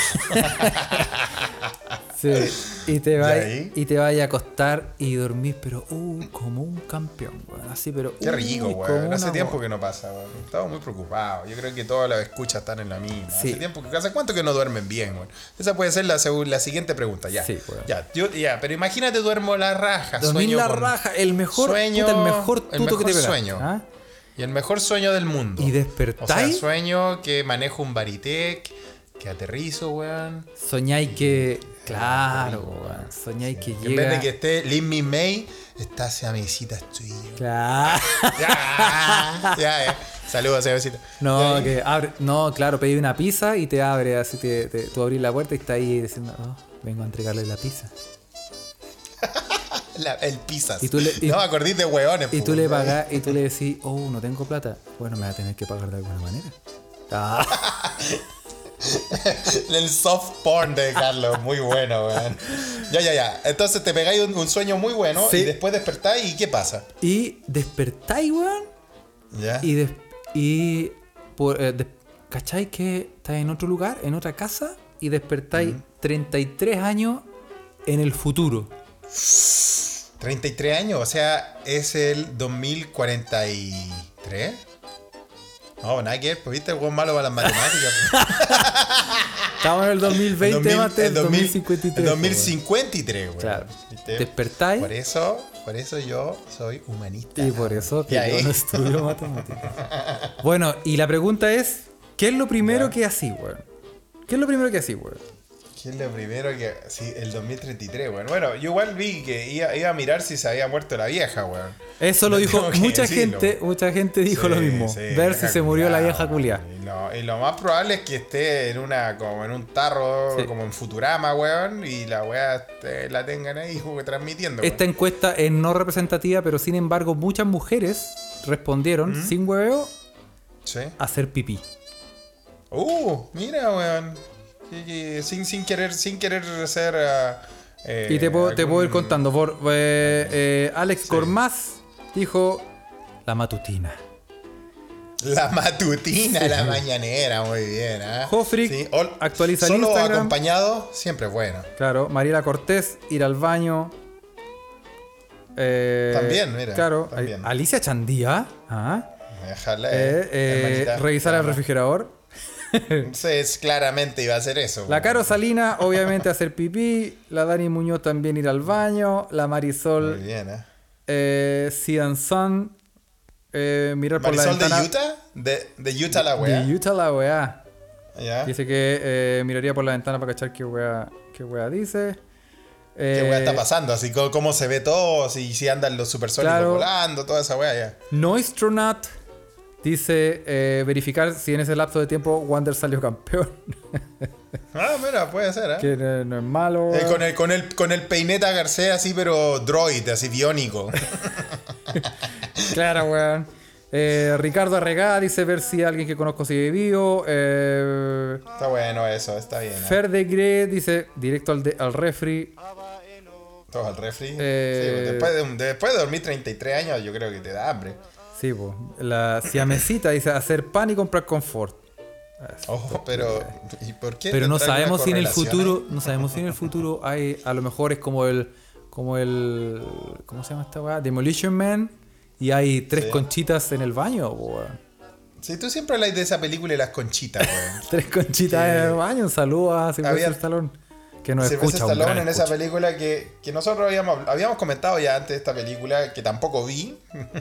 [SPEAKER 2] sí, y te
[SPEAKER 1] ¿Y
[SPEAKER 2] vas
[SPEAKER 1] ahí?
[SPEAKER 2] y te vas a acostar y dormir, pero uh, como un campeón, weón, así, pero
[SPEAKER 1] Qué
[SPEAKER 2] uh,
[SPEAKER 1] rico,
[SPEAKER 2] como
[SPEAKER 1] weón. Hace
[SPEAKER 2] una
[SPEAKER 1] tiempo
[SPEAKER 2] bo-
[SPEAKER 1] que no pasa, weón. Estaba muy preocupado. Yo creo que todas las escuchas están en la misma.
[SPEAKER 2] Sí.
[SPEAKER 1] Hace tiempo que. ¿Hace cuánto que no duermen bien, weón? Esa puede ser la, segu- la siguiente pregunta, ya.
[SPEAKER 2] Sí, weón.
[SPEAKER 1] Ya, yo, ya, pero imagínate duermo la raja.
[SPEAKER 2] Dormir
[SPEAKER 1] sueño
[SPEAKER 2] la
[SPEAKER 1] con-
[SPEAKER 2] raja, el mejor,
[SPEAKER 1] sueño,
[SPEAKER 2] puta, el mejor tuto
[SPEAKER 1] el mejor
[SPEAKER 2] que te pegaste,
[SPEAKER 1] sueño.
[SPEAKER 2] ¿ah?
[SPEAKER 1] Y el mejor sueño del mundo.
[SPEAKER 2] Y
[SPEAKER 1] O sea,
[SPEAKER 2] despertáis,
[SPEAKER 1] sueño que manejo un Baritec, que aterrizo, weón.
[SPEAKER 2] soñáis que, Claro, weón. Soñáis
[SPEAKER 1] sí.
[SPEAKER 2] que
[SPEAKER 1] En
[SPEAKER 2] llega.
[SPEAKER 1] vez de que esté Lin Min May, está esa mesita tuya.
[SPEAKER 2] Claro.
[SPEAKER 1] Ya, ya, ya. Saludos a esa mesita.
[SPEAKER 2] No, que abre. No, claro, pedí una pizza y te abre, así te, te, tú abrís la puerta y está ahí diciendo, oh, vengo a entregarle la pizza.
[SPEAKER 1] La, el pizzas.
[SPEAKER 2] Y tú le, y,
[SPEAKER 1] no me acordís de hueones.
[SPEAKER 2] Y tú le pagás y tú le decís, oh, no tengo plata. Bueno, me va a tener que pagar de alguna manera. Ah.
[SPEAKER 1] El soft porn de Carlos, muy bueno, weón. Ya, ya, ya. Entonces te pegáis un, un sueño muy bueno sí. y después despertáis y ¿qué pasa?
[SPEAKER 2] Y despertáis, weón.
[SPEAKER 1] Ya.
[SPEAKER 2] Y, des, y por, eh, de, ¿cacháis que estáis en otro lugar, en otra casa? Y despertáis mm. treinta y tres años en el futuro.
[SPEAKER 1] treinta y tres años, o sea, es el dos mil cuarenta y tres. No, nada que ver, pues viste, el juego malo para las matemáticas.
[SPEAKER 2] Estamos en el dos mil veinte, mate, el
[SPEAKER 1] dos mil cincuenta y tres. El dos mil cincuenta y tres, güey.
[SPEAKER 2] Claro. Despertáis.
[SPEAKER 1] Por eso, por eso yo soy humanista.
[SPEAKER 2] Y por eso que yo no estudio matemáticas. Bueno, y la pregunta es, ¿qué es lo primero ya. que así, güey? ¿Qué es lo primero que así, güey?
[SPEAKER 1] ¿Qué es lo primero que...? Sí, el dos mil treinta y tres, weón. Bueno, yo igual vi que iba, iba a mirar si se había muerto la vieja, weón.
[SPEAKER 2] Eso lo dijo mucha decirlo. gente, mucha gente dijo sí, lo mismo. Sí, ver si se murió la vieja culiá.
[SPEAKER 1] Y, no, y lo más probable es que esté en una, como en un tarro, sí. como en Futurama, weón, y la weá este, la tengan ahí transmitiendo.
[SPEAKER 2] Esta
[SPEAKER 1] weón.
[SPEAKER 2] encuesta es no representativa, pero sin embargo muchas mujeres respondieron, ¿Mm? sin hueveo,
[SPEAKER 1] sí.
[SPEAKER 2] hacer pipí.
[SPEAKER 1] Uh, mira, weón. Sin, sin querer sin querer ser uh, eh,
[SPEAKER 2] y te puedo,
[SPEAKER 1] algún...
[SPEAKER 2] te puedo ir contando por, eh, eh, Alex sí. Gormaz dijo la matutina
[SPEAKER 1] la matutina, sí. la mañanera, muy bien, ¿eh?
[SPEAKER 2] Jofrick sí. actualiza el
[SPEAKER 1] solo
[SPEAKER 2] Instagram.
[SPEAKER 1] Acompañado siempre es bueno.
[SPEAKER 2] Claro, Mariela Cortés, ir al baño. Eh,
[SPEAKER 1] también, mira.
[SPEAKER 2] Claro,
[SPEAKER 1] también.
[SPEAKER 2] Alicia Chandía, ¿ah?
[SPEAKER 1] Déjale,
[SPEAKER 2] eh, eh, revisar el refrigerador.
[SPEAKER 1] Entonces, claramente iba a hacer eso.
[SPEAKER 2] La Caro Salina, obviamente, hacer pipí. La Dani Muñoz también ir al baño. La Marisol.
[SPEAKER 1] Muy bien, ¿eh?
[SPEAKER 2] eh Sian Sun. Eh, mirar por
[SPEAKER 1] ¿Marisol
[SPEAKER 2] la ventana.
[SPEAKER 1] de Utah? De, de Utah la weá.
[SPEAKER 2] De Utah la weá.
[SPEAKER 1] ¿Ya?
[SPEAKER 2] Dice que eh, miraría por la ventana para cachar qué weá, qué weá dice.
[SPEAKER 1] Eh, ¿Qué weá está pasando? Así cómo se ve todo, si, si andan los supersónicos claro. volando, toda esa weá ya.
[SPEAKER 2] Noistronaut. Dice, eh, verificar si en ese lapso de tiempo Wander salió campeón.
[SPEAKER 1] Ah, mira, puede ser, ¿eh?
[SPEAKER 2] Que no, no es malo.
[SPEAKER 1] Eh, con, el, con, el, con el peineta García así, pero droid, así biónico.
[SPEAKER 2] Claro, weón. Eh, Ricardo Arregá dice ver si alguien que conozco sigue vivo. Eh,
[SPEAKER 1] está bueno eso, está bien. ¿eh?
[SPEAKER 2] Fer de Gre dice directo al, de, al refri.
[SPEAKER 1] ¿Todo al refri?
[SPEAKER 2] Eh,
[SPEAKER 1] sí, después, de, después de dormir treinta y tres años yo creo que te da hambre.
[SPEAKER 2] Sí, pues. La siamesita dice hacer pan y comprar confort.
[SPEAKER 1] Oh, pero ¿y por qué?
[SPEAKER 2] Pero no sabemos si en el futuro, no sabemos si en el futuro hay, a lo mejor es como el, como el, ¿cómo se llama esta weá? Demolition Man y hay tres sí. conchitas en el baño, weón.
[SPEAKER 1] Sí, tú siempre hablas de esa película y las conchitas, weón.
[SPEAKER 2] Tres conchitas que... en el baño, un saludo a Sylvester Stallone. Que nos escucha,
[SPEAKER 1] Stallone en escucha. Esa película que, que nosotros habíamos, habíamos comentado ya antes de esta película, que tampoco vi.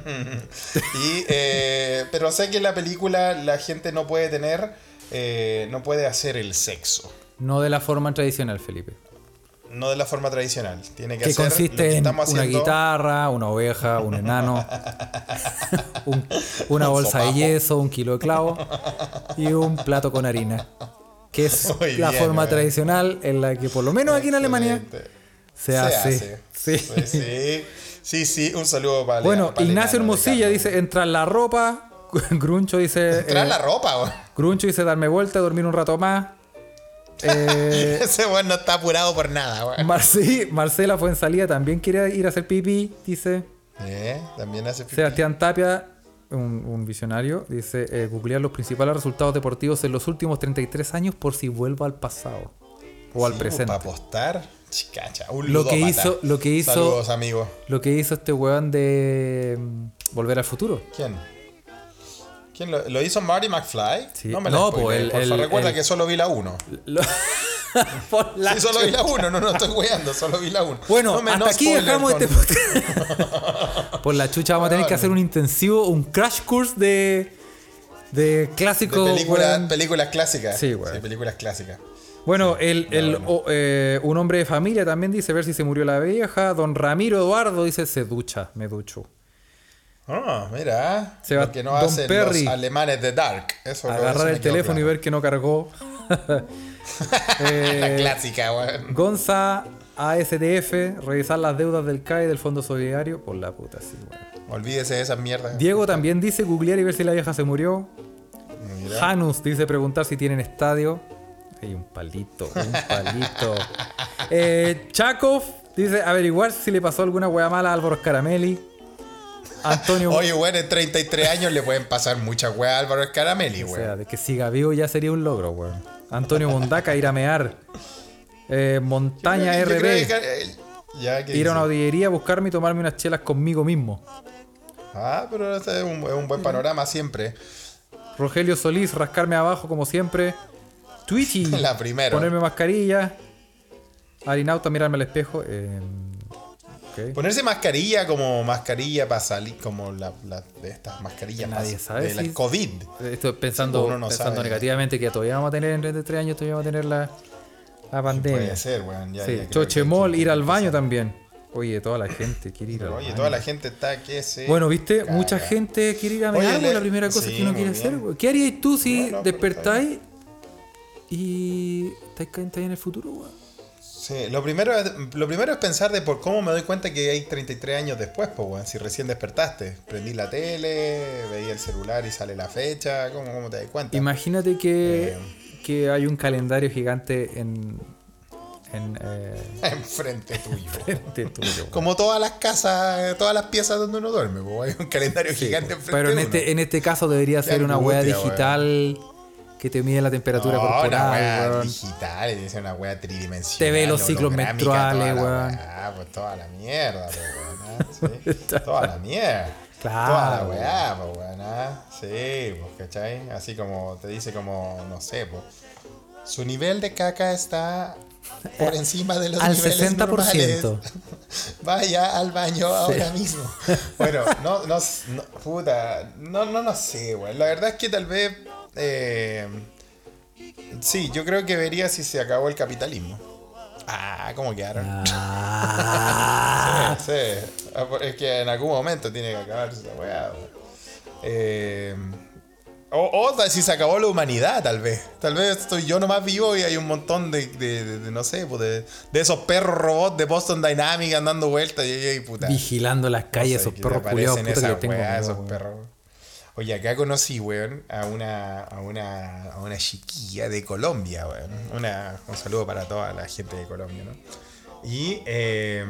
[SPEAKER 1] y, eh, pero sé que en la película la gente no puede tener, eh, no puede hacer el sexo.
[SPEAKER 2] No de la forma tradicional, Felipe.
[SPEAKER 1] No de la forma tradicional. Tiene que,
[SPEAKER 2] que
[SPEAKER 1] hacer
[SPEAKER 2] consiste
[SPEAKER 1] lo que
[SPEAKER 2] en
[SPEAKER 1] estamos
[SPEAKER 2] una
[SPEAKER 1] haciendo.
[SPEAKER 2] guitarra, una oveja, un enano, un, una bolsa de yeso, un kilo de clavo y un plato con harina. Que es muy la bien, forma man. tradicional en la que por lo menos aquí en Alemania se, se hace. hace. Sí.
[SPEAKER 1] Sí, sí, sí, sí, un saludo para
[SPEAKER 2] Bueno,
[SPEAKER 1] para
[SPEAKER 2] Ignacio Hermosilla dice entrar la ropa. Gruncho dice
[SPEAKER 1] entrar eh, la ropa, güey.
[SPEAKER 2] Gruncho dice darme vuelta, dormir un rato más.
[SPEAKER 1] Eh, Ese güey no está apurado por nada, güey.
[SPEAKER 2] Marci, Marcela Fuensalida también quiere ir a hacer pipí, dice.
[SPEAKER 1] Eh, también hace pipí.
[SPEAKER 2] Sebastián Tapia, un, un visionario, dice eh, googlear los principales resultados deportivos en los últimos treinta y tres años por si vuelvo al pasado o sí, al presente.
[SPEAKER 1] Para apostar, chicacha, un
[SPEAKER 2] lo que hizo, lo que hizo,
[SPEAKER 1] saludos amigos.
[SPEAKER 2] Lo que hizo este weón de um, Volver al Futuro.
[SPEAKER 1] ¿Quién? ¿Quién lo, lo hizo? Marty McFly.
[SPEAKER 2] Sí.
[SPEAKER 1] No me
[SPEAKER 2] no,
[SPEAKER 1] la spoilé,
[SPEAKER 2] el,
[SPEAKER 1] por
[SPEAKER 2] el,
[SPEAKER 1] favor, recuerda
[SPEAKER 2] el,
[SPEAKER 1] que solo vi la uno.
[SPEAKER 2] Lo... por la
[SPEAKER 1] sí, solo vi la uno, no, no estoy weando, solo vi la uno.
[SPEAKER 2] Bueno,
[SPEAKER 1] no me,
[SPEAKER 2] hasta
[SPEAKER 1] no
[SPEAKER 2] aquí dejamos con... este podcast. Por la chucha vamos a tener que hacer un intensivo, un crash course de, de clásicos.
[SPEAKER 1] De película, películas clásicas.
[SPEAKER 2] Sí, güey.
[SPEAKER 1] Sí, películas clásicas.
[SPEAKER 2] Bueno, el, el, no, bueno. O, eh, un hombre de familia también dice ver si se murió la vieja. Don Ramiro Eduardo dice se ducha, me ducho.
[SPEAKER 1] Ah, oh, mira. Se va, lo que no Don hacen Perry, los alemanes de Dark. Eso
[SPEAKER 2] agarrar el teléfono claro. y ver que no cargó.
[SPEAKER 1] eh, la clásica, weón.
[SPEAKER 2] Gonza A S D F, revisar las deudas del C A E del Fondo Solidario. Por la puta, sí, weón.
[SPEAKER 1] Olvídese de esas mierdas.
[SPEAKER 2] Diego también dice googlear y ver si la vieja se murió. Mira. Janus dice preguntar si tienen estadio. Hay un palito, un palito. eh, Chakov dice averiguar si le pasó alguna wea mala a Álvaro Scaramelli. Antonio.
[SPEAKER 1] Oye, weón, en treinta y tres años le pueden pasar muchas weas a Álvaro Scaramelli, weón.
[SPEAKER 2] O sea, de que siga vivo ya sería un logro, weón. Antonio Mondaca, ir a mear. Eh, Montaña yo creo, R B. Yo creo que, ya, ir dice? a una audillería, buscarme y tomarme unas chelas conmigo mismo.
[SPEAKER 1] Ah, pero ese es un, es un buen panorama siempre.
[SPEAKER 2] Rogelio Solís, rascarme abajo como siempre. Twitchy,
[SPEAKER 1] la primera.
[SPEAKER 2] Ponerme mascarilla. Arinauta, mirarme al espejo. Eh, okay.
[SPEAKER 1] Ponerse mascarilla como mascarilla para salir, como la, la de estas mascarillas
[SPEAKER 2] nadie
[SPEAKER 1] más,
[SPEAKER 2] sabe
[SPEAKER 1] de la
[SPEAKER 2] si,
[SPEAKER 1] COVID.
[SPEAKER 2] Estoy pensando, sí, no pensando negativamente que todavía vamos a tener en treinta y tres años, todavía vamos a tener la, la pandemia.
[SPEAKER 1] Puede ser, weón. Ya,
[SPEAKER 2] sí.
[SPEAKER 1] ya
[SPEAKER 2] Chochemol, ir al baño también. Oye, toda la gente quiere ir al
[SPEAKER 1] Oye,
[SPEAKER 2] baño.
[SPEAKER 1] toda la gente está que se
[SPEAKER 2] Bueno, viste,
[SPEAKER 1] caga.
[SPEAKER 2] Mucha gente quiere ir a mear, la primera cosa sí, que uno quiere bien. hacer. Wey. ¿Qué harías tú si no, no, despertáis y estáis ahí en el futuro, weón?
[SPEAKER 1] Sí, lo primero, es, lo primero es pensar de por cómo me doy cuenta que hay treinta y tres años después, pues, weón. Si recién despertaste, prendí la tele, veía el celular y sale la fecha, ¿cómo, cómo te das cuenta?
[SPEAKER 2] Imagínate que, eh, que hay un calendario gigante en... En, eh...
[SPEAKER 1] Enfrente tuyo.
[SPEAKER 2] Enfrente tuyo.
[SPEAKER 1] Como todas las casas, todas las piezas donde uno duerme, pues, hay un calendario sí, gigante enfrente.
[SPEAKER 2] Pero en
[SPEAKER 1] uno.
[SPEAKER 2] este, en este caso debería Qué ser una wea digital, weón. Que te mide la temperatura
[SPEAKER 1] no,
[SPEAKER 2] corporal.
[SPEAKER 1] Una wea
[SPEAKER 2] weón.
[SPEAKER 1] digital, es una wea tridimensional.
[SPEAKER 2] Te ve los ciclos menstruales, weón.
[SPEAKER 1] Ah, pues toda la mierda, pues, weón. ¿Sí? Toda la mierda.
[SPEAKER 2] Claro.
[SPEAKER 1] Toda la weá, pues, weón. ¿Ah? Sí, pues, ¿cachai? Así como te dice, como, no sé, pues. Su nivel de caca está por encima de los
[SPEAKER 2] al
[SPEAKER 1] niveles
[SPEAKER 2] sesenta por ciento.
[SPEAKER 1] Normales. Vaya al baño sí. ahora mismo. Bueno, no, no, no, puta, no, no, no sé, güey. La verdad es que tal vez, eh, sí, yo creo que vería si se acabó el capitalismo. Ah, ¿cómo quedaron?
[SPEAKER 2] Ah.
[SPEAKER 1] sí, sí. Es que en algún momento tiene que acabarse esa weá, güey. Eh... O, o si se acabó la humanidad, tal vez. Tal vez estoy yo nomás vivo y hay un montón de, de, de, de no sé, pues de, de esos perros robots de Boston Dynamics andando vueltas y, y, y puta.
[SPEAKER 2] Vigilando las calles, no sé, esos perros culiados, puta
[SPEAKER 1] esa
[SPEAKER 2] que tengo.
[SPEAKER 1] Weá, esos perros. Oye, acá conocí, weón, a una, a una, a una chiquilla de Colombia, weón. Una, un saludo para toda la gente de Colombia, ¿no? Y eh,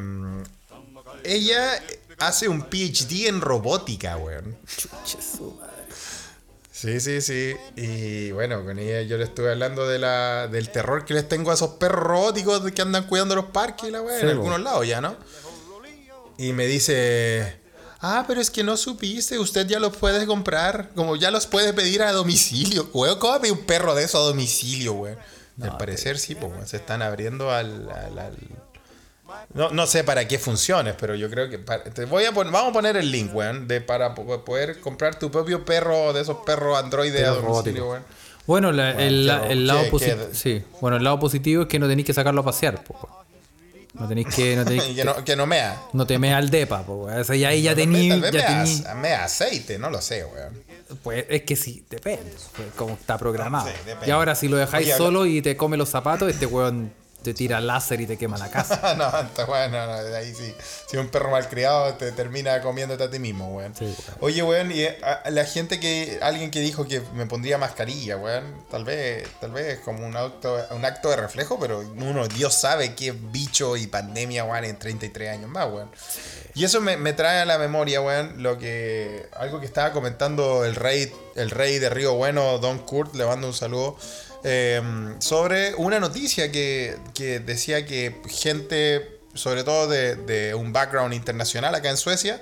[SPEAKER 1] ella hace un P H D en robótica, weón.
[SPEAKER 2] Chucha su madre.
[SPEAKER 1] Sí, sí, sí. Y bueno, con ella yo le estuve hablando de la, del terror que les tengo a esos perros robóticos que andan cuidando los parques y la weá, sí, en algunos lados ya, ¿no? Y me dice, ah, pero es que no supiste, usted ya los puede comprar, como ya los puede pedir a domicilio, weón. ¿Cómo pedir un perro de eso a domicilio, weón? No, al parecer te... sí, pues se están abriendo al... al, al... No, no sé para qué funciones, pero yo creo que para, te voy a poner, vamos a poner el link, weón, de para poder comprar tu propio perro de esos perros androides a domicilio, weón.
[SPEAKER 2] Bueno, la, bueno, el, la, el lado positivo, sí, bueno, el lado positivo es que no tenéis que sacarlo a pasear, po. No tenéis que no tenéis
[SPEAKER 1] que, no, que no mea.
[SPEAKER 2] No te mea al depa, po. O sea, ya ahí ya tenéis
[SPEAKER 1] ya
[SPEAKER 2] mea,
[SPEAKER 1] tení... mea aceite, no lo sé, weón.
[SPEAKER 2] Pues es que sí, depende, pues, como está programado. Sí, y ahora si lo dejáis Oye, solo habla... y te come los zapatos, este weón te tira láser y te quema la casa.
[SPEAKER 1] no, está bueno, no, ahí sí. Si un perro malcriado te termina comiéndote a ti mismo, weón. Sí, weón. Oye, weón, y a, la gente que, alguien que dijo que me pondría mascarilla, weón, tal vez, tal vez como un acto, un acto de reflejo, pero uno, Dios sabe qué bicho y pandemia, weón, en treinta y tres años más, weón. Sí. Y eso me, me trae a la memoria, weón, lo que, algo que estaba comentando el rey, el rey de Río Bueno, Don Kurt, le mando un saludo. Eh, sobre una noticia que, que decía que gente, sobre todo de, de un background internacional acá en Suecia,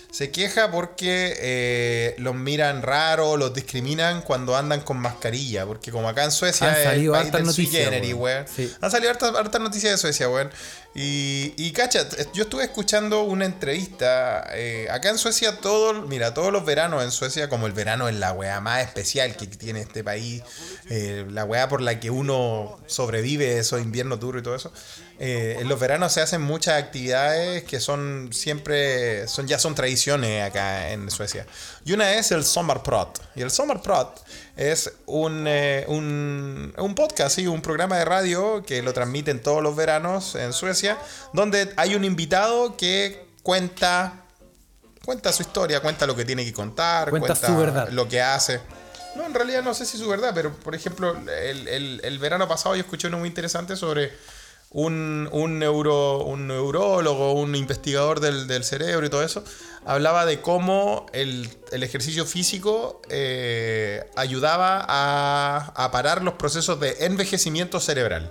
[SPEAKER 1] se queja porque eh, los miran raro, los discriminan cuando andan con mascarilla. Porque como acá en Suecia
[SPEAKER 2] Han
[SPEAKER 1] es
[SPEAKER 2] salido
[SPEAKER 1] el país
[SPEAKER 2] hartas
[SPEAKER 1] del sui
[SPEAKER 2] noticias,
[SPEAKER 1] generis,
[SPEAKER 2] weón.
[SPEAKER 1] weón.
[SPEAKER 2] Sí.
[SPEAKER 1] Han salido hartas, hartas noticias de Suecia, weón. Y, y cacha, yo estuve escuchando una entrevista. Eh, acá en Suecia, todo, mira, todos los veranos en Suecia, como el verano es la weá más especial que tiene este país, eh, la weá por la que uno sobrevive esos inviernos duros y todo eso. Eh, en los veranos se hacen muchas actividades que son siempre, son ya son tradiciones acá en Suecia. Y una es el Sommarprat. Y el Sommarprat es un, eh, un, un podcast, ¿sí? Un programa de radio que lo transmiten todos los veranos en Suecia, donde hay un invitado que cuenta, cuenta su historia, cuenta lo que tiene que contar,
[SPEAKER 2] Cuenta
[SPEAKER 1] cuenta
[SPEAKER 2] su verdad.
[SPEAKER 1] lo que hace. No, en realidad no sé si es su verdad, pero por ejemplo, el, el, el verano pasado yo escuché uno muy interesante sobre un, un, neuro, un neurólogo, un investigador del, del cerebro y todo eso. Hablaba de cómo el, el ejercicio físico eh, ayudaba a, a parar los procesos de envejecimiento cerebral.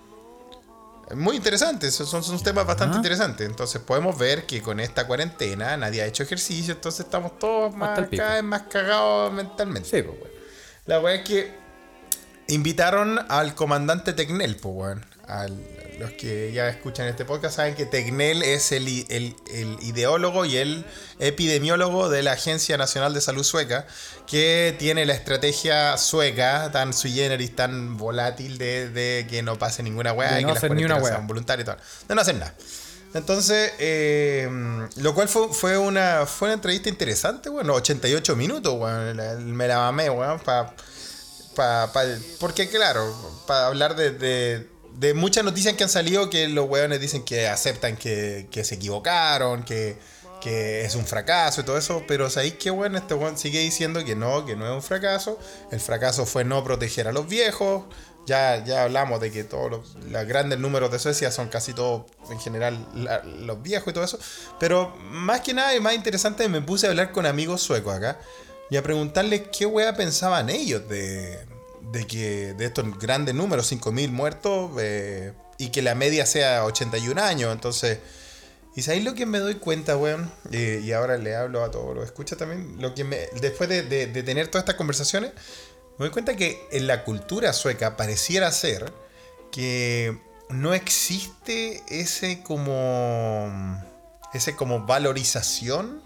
[SPEAKER 1] Muy interesante, son, son temas bastante interesantes. Entonces podemos ver que con esta cuarentena nadie ha hecho ejercicio, entonces estamos todos más, cada vez más cagados mentalmente.
[SPEAKER 2] Sí, pues, weón.
[SPEAKER 1] La weá es que invitaron al comandante Tegnell, pues, weón. Al, los que ya escuchan este podcast saben que Tegnell es el, el, el ideólogo y el epidemiólogo de la Agencia Nacional de Salud Sueca, que tiene la estrategia sueca tan sui generis, tan volátil de, de que no pase ninguna weá
[SPEAKER 2] De
[SPEAKER 1] y
[SPEAKER 2] no
[SPEAKER 1] que las
[SPEAKER 2] hacer ni una
[SPEAKER 1] cuarentenas
[SPEAKER 2] weá.
[SPEAKER 1] sean voluntarias y todo. De no hacer nada. Entonces, eh, lo cual fue, fue, una, fue una entrevista interesante, bueno, ochenta y ocho minutos, weón. Me la mamé, weón, pa, pa, pa, porque claro, para hablar de, de, de muchas noticias que han salido que los weones dicen que aceptan que, que se equivocaron, que, que es un fracaso y todo eso, pero ¿sabéis qué, weón? Este weón sigue diciendo que no, que no es un fracaso. El fracaso fue no proteger a los viejos. Ya, ya hablamos de que todos los, los grandes números de Suecia son casi todos, en general, la, los viejos y todo eso. Pero más que nada y más interesante, me puse a hablar con amigos suecos acá y a preguntarles qué weá pensaban ellos de, de que de estos grandes números, cinco mil muertos, eh, y que la media sea ochenta y un años. Entonces, ¿y sabéis lo que me doy cuenta, weón? Eh, y ahora le hablo a todos los escucha también. Lo que me, después de, de, de tener todas estas conversaciones, me doy cuenta que en la cultura sueca pareciera ser que no existe ese como ese como valorización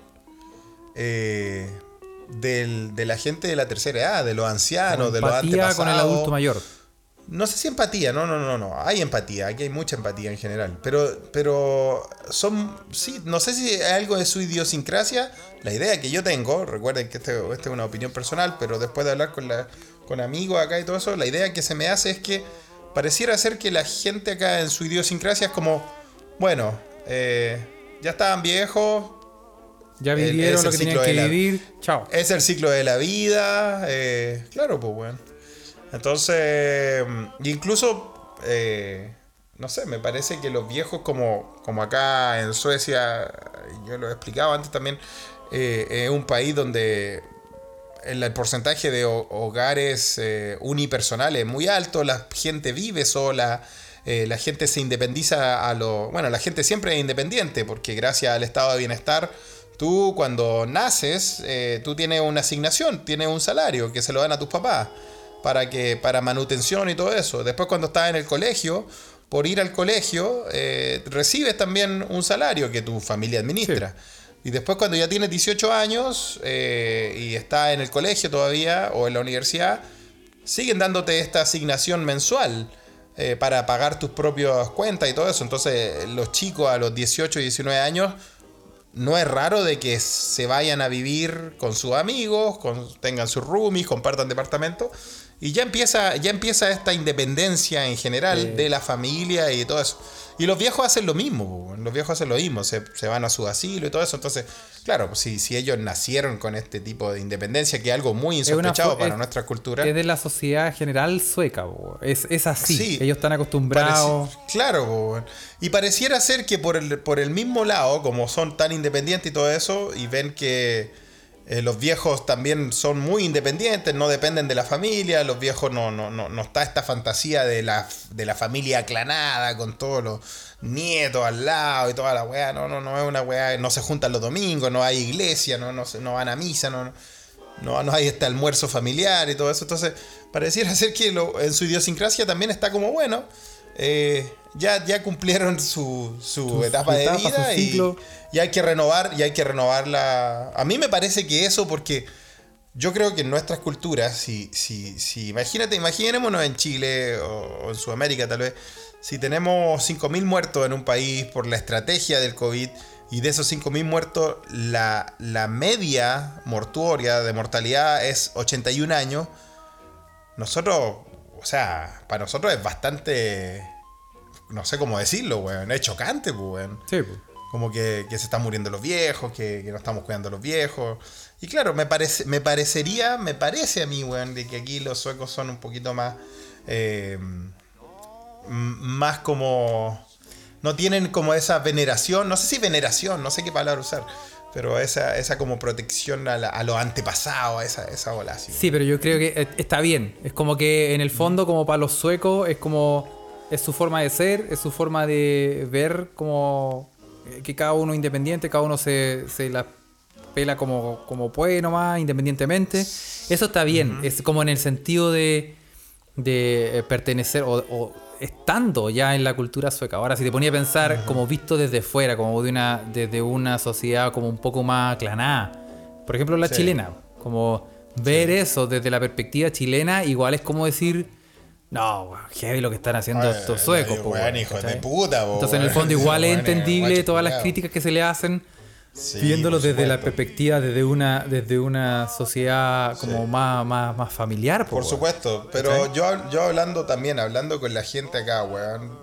[SPEAKER 1] eh, del, de la gente de la tercera edad, de los ancianos, de los antepasados.
[SPEAKER 2] Con el adulto mayor.
[SPEAKER 1] No sé si empatía, no, no, no, no. Hay empatía, aquí hay mucha empatía en general. Pero, pero son, sí, no sé si hay algo de su idiosincrasia. La idea que yo tengo, recuerden que esta este es una opinión personal, pero después de hablar con, la, con amigos acá y todo eso, la idea que se me hace es que pareciera ser que la gente acá en su idiosincrasia es como, bueno, eh, ya estaban viejos.
[SPEAKER 2] Ya vivieron
[SPEAKER 1] el,
[SPEAKER 2] lo que tenían que
[SPEAKER 1] la,
[SPEAKER 2] vivir, chao.
[SPEAKER 1] Es el ciclo de la vida, eh, claro, pues bueno. Entonces, incluso, eh, no sé, me parece que los viejos, como, como acá en Suecia, yo lo he explicado antes también, eh, es un país donde el, el porcentaje de ho- hogares eh, unipersonales es muy alto, la gente vive sola, eh, la gente se independiza a lo... Bueno, la gente siempre es independiente, porque gracias al estado de bienestar, tú cuando naces, eh, tú tienes una asignación, tienes un salario que se lo dan a tus papás. Para, que, para manutención y todo eso. Después cuando estás en el colegio, por ir al colegio, eh, recibes también un salario que tu familia administra. Sí. Y después cuando ya tienes dieciocho años eh, y estás en el colegio todavía o en la universidad, siguen dándote esta asignación mensual eh, para pagar tus propias cuentas y todo eso. Entonces los chicos a los dieciocho y diecinueve años, no es raro de que se vayan a vivir con sus amigos, con, tengan sus roomies, compartan departamento. Y ya empieza, ya empieza esta independencia en general sí. de la familia y todo eso. Y los viejos hacen lo mismo, los viejos hacen lo mismo, se, se van a su asilo y todo eso. Entonces, claro, pues, si, si ellos nacieron con este tipo de independencia, que es algo muy insospechado es una, para es, nuestra cultura.
[SPEAKER 2] Es de la sociedad general sueca, es, es así, sí, ellos están acostumbrados.
[SPEAKER 1] Pareci- claro, y pareciera ser que por el, por el mismo lado, como son tan independientes y todo eso, y ven que... Eh, los viejos también son muy independientes, no dependen de la familia. Los viejos no, no, no, no está esta fantasía de la, de la familia aclanada con todos los nietos al lado y toda la weá. No, no, no es una weá. No se juntan los domingos, no hay iglesia, no, no, se, no van a misa, no, no, no hay este almuerzo familiar y todo eso. Entonces, pareciera ser que lo, en su idiosincrasia también está como bueno. Eh, ya, ya cumplieron su, su, su etapa su de etapa, vida y, y hay que renovar y hay que renovarla. A mí me parece que eso, porque yo creo que en nuestras culturas, si, si, si imagínate, imaginémonos en Chile o, o en Sudamérica tal vez, si tenemos cinco mil muertos en un país por la estrategia del COVID, y de esos cinco mil muertos la, la media mortuoria de mortalidad es ochenta y un años, nosotros, o sea, para nosotros es bastante, no sé cómo decirlo, weón, es chocante, pues, weón.
[SPEAKER 2] Sí, pues.
[SPEAKER 1] Como que, que se están muriendo los viejos, que, que no estamos cuidando a los viejos. Y claro, me parece, me parecería, me parece a mí, weón, de que aquí los suecos son un poquito más, eh, más como, no tienen como esa veneración, no sé si veneración, no sé qué palabra usar, pero esa, esa como protección a, la, a los antepasados, a esa, esa ola así.
[SPEAKER 2] Sí, pero yo creo que está bien. Es como que en el fondo, como para los suecos, es como, es su forma de ser, es su forma de ver como que cada uno es independiente, cada uno se, se la pela como, como puede nomás, independientemente. Eso está bien, uh-huh. Es como en el sentido de, de pertenecer o, o estando ya en la cultura sueca. Ahora, si te ponía a pensar uh-huh. como visto desde fuera, como de una, desde una sociedad como un poco más aclanada, por ejemplo la sí. chilena, como ver sí. eso desde la perspectiva chilena, igual es como decir, no, heavy lo que están haciendo Ay, estos suecos, po,
[SPEAKER 1] bueno, hijos de puta, po,
[SPEAKER 2] entonces en el fondo igual es entendible todas las críticas que se le hacen, sí, viéndolo desde la perspectiva desde una desde una sociedad como sí. más, más, más familiar, po,
[SPEAKER 1] por
[SPEAKER 2] weón.
[SPEAKER 1] supuesto, pero yo, yo hablando también, hablando con la gente acá, weón,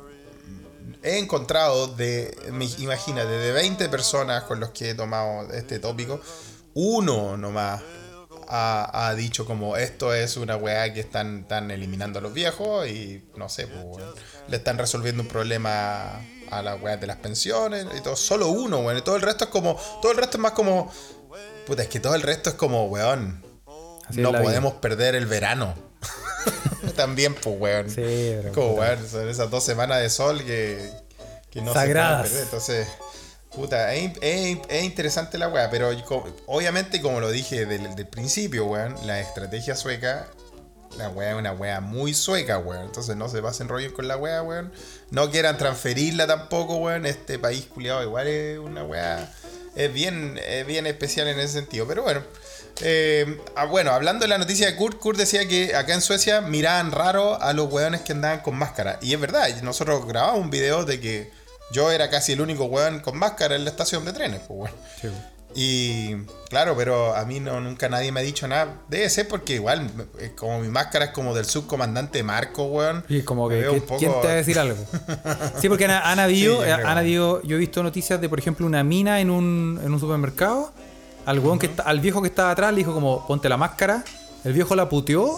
[SPEAKER 1] he encontrado de, imagínate, de veinte personas con los que he tomado este tópico, uno nomás Ha, ha dicho como esto es una weá que están, están eliminando a los viejos y no sé, pues, weón, le están resolviendo un problema a las weas de las pensiones y todo, solo uno, weón, y todo el resto es como, todo el resto es más como, puta, es que todo el resto es como, weón, así no podemos vida. perder el verano. También, pues, weón. Sí, pero como, weón, son esas dos semanas de sol que, que no
[SPEAKER 2] sagradas.
[SPEAKER 1] se pueden perder, entonces... Puta, es, es, es interesante la weá, pero obviamente, como lo dije desde el principio, weón, la estrategia sueca, la weá es una weá muy sueca, weón. Entonces no se pasen rollos con la weá, weón. No quieran transferirla tampoco, weón. Este país culiado igual es una weá, es bien, es bien especial en ese sentido. Pero bueno, eh, ah, bueno, hablando de la noticia de Kurt, Kurt decía que acá en Suecia miraban raro a los weones que andaban con máscara. Y es verdad, nosotros grabamos un video de que yo era casi el único weón con máscara en la estación de trenes, pues, weón. Sí. Y claro, pero a mí no, nunca nadie me ha dicho nada. Debe ser porque igual, como mi máscara es como del subcomandante Marco, weón.
[SPEAKER 2] Y como que, que poco... ¿quién te va a decir algo? Sí, porque han, han habido, sí, han habido, yo he visto noticias de, por ejemplo, una mina en un, en un supermercado. Al weón uh-huh. que está, al viejo que estaba atrás le dijo como, ponte la máscara. El viejo la puteó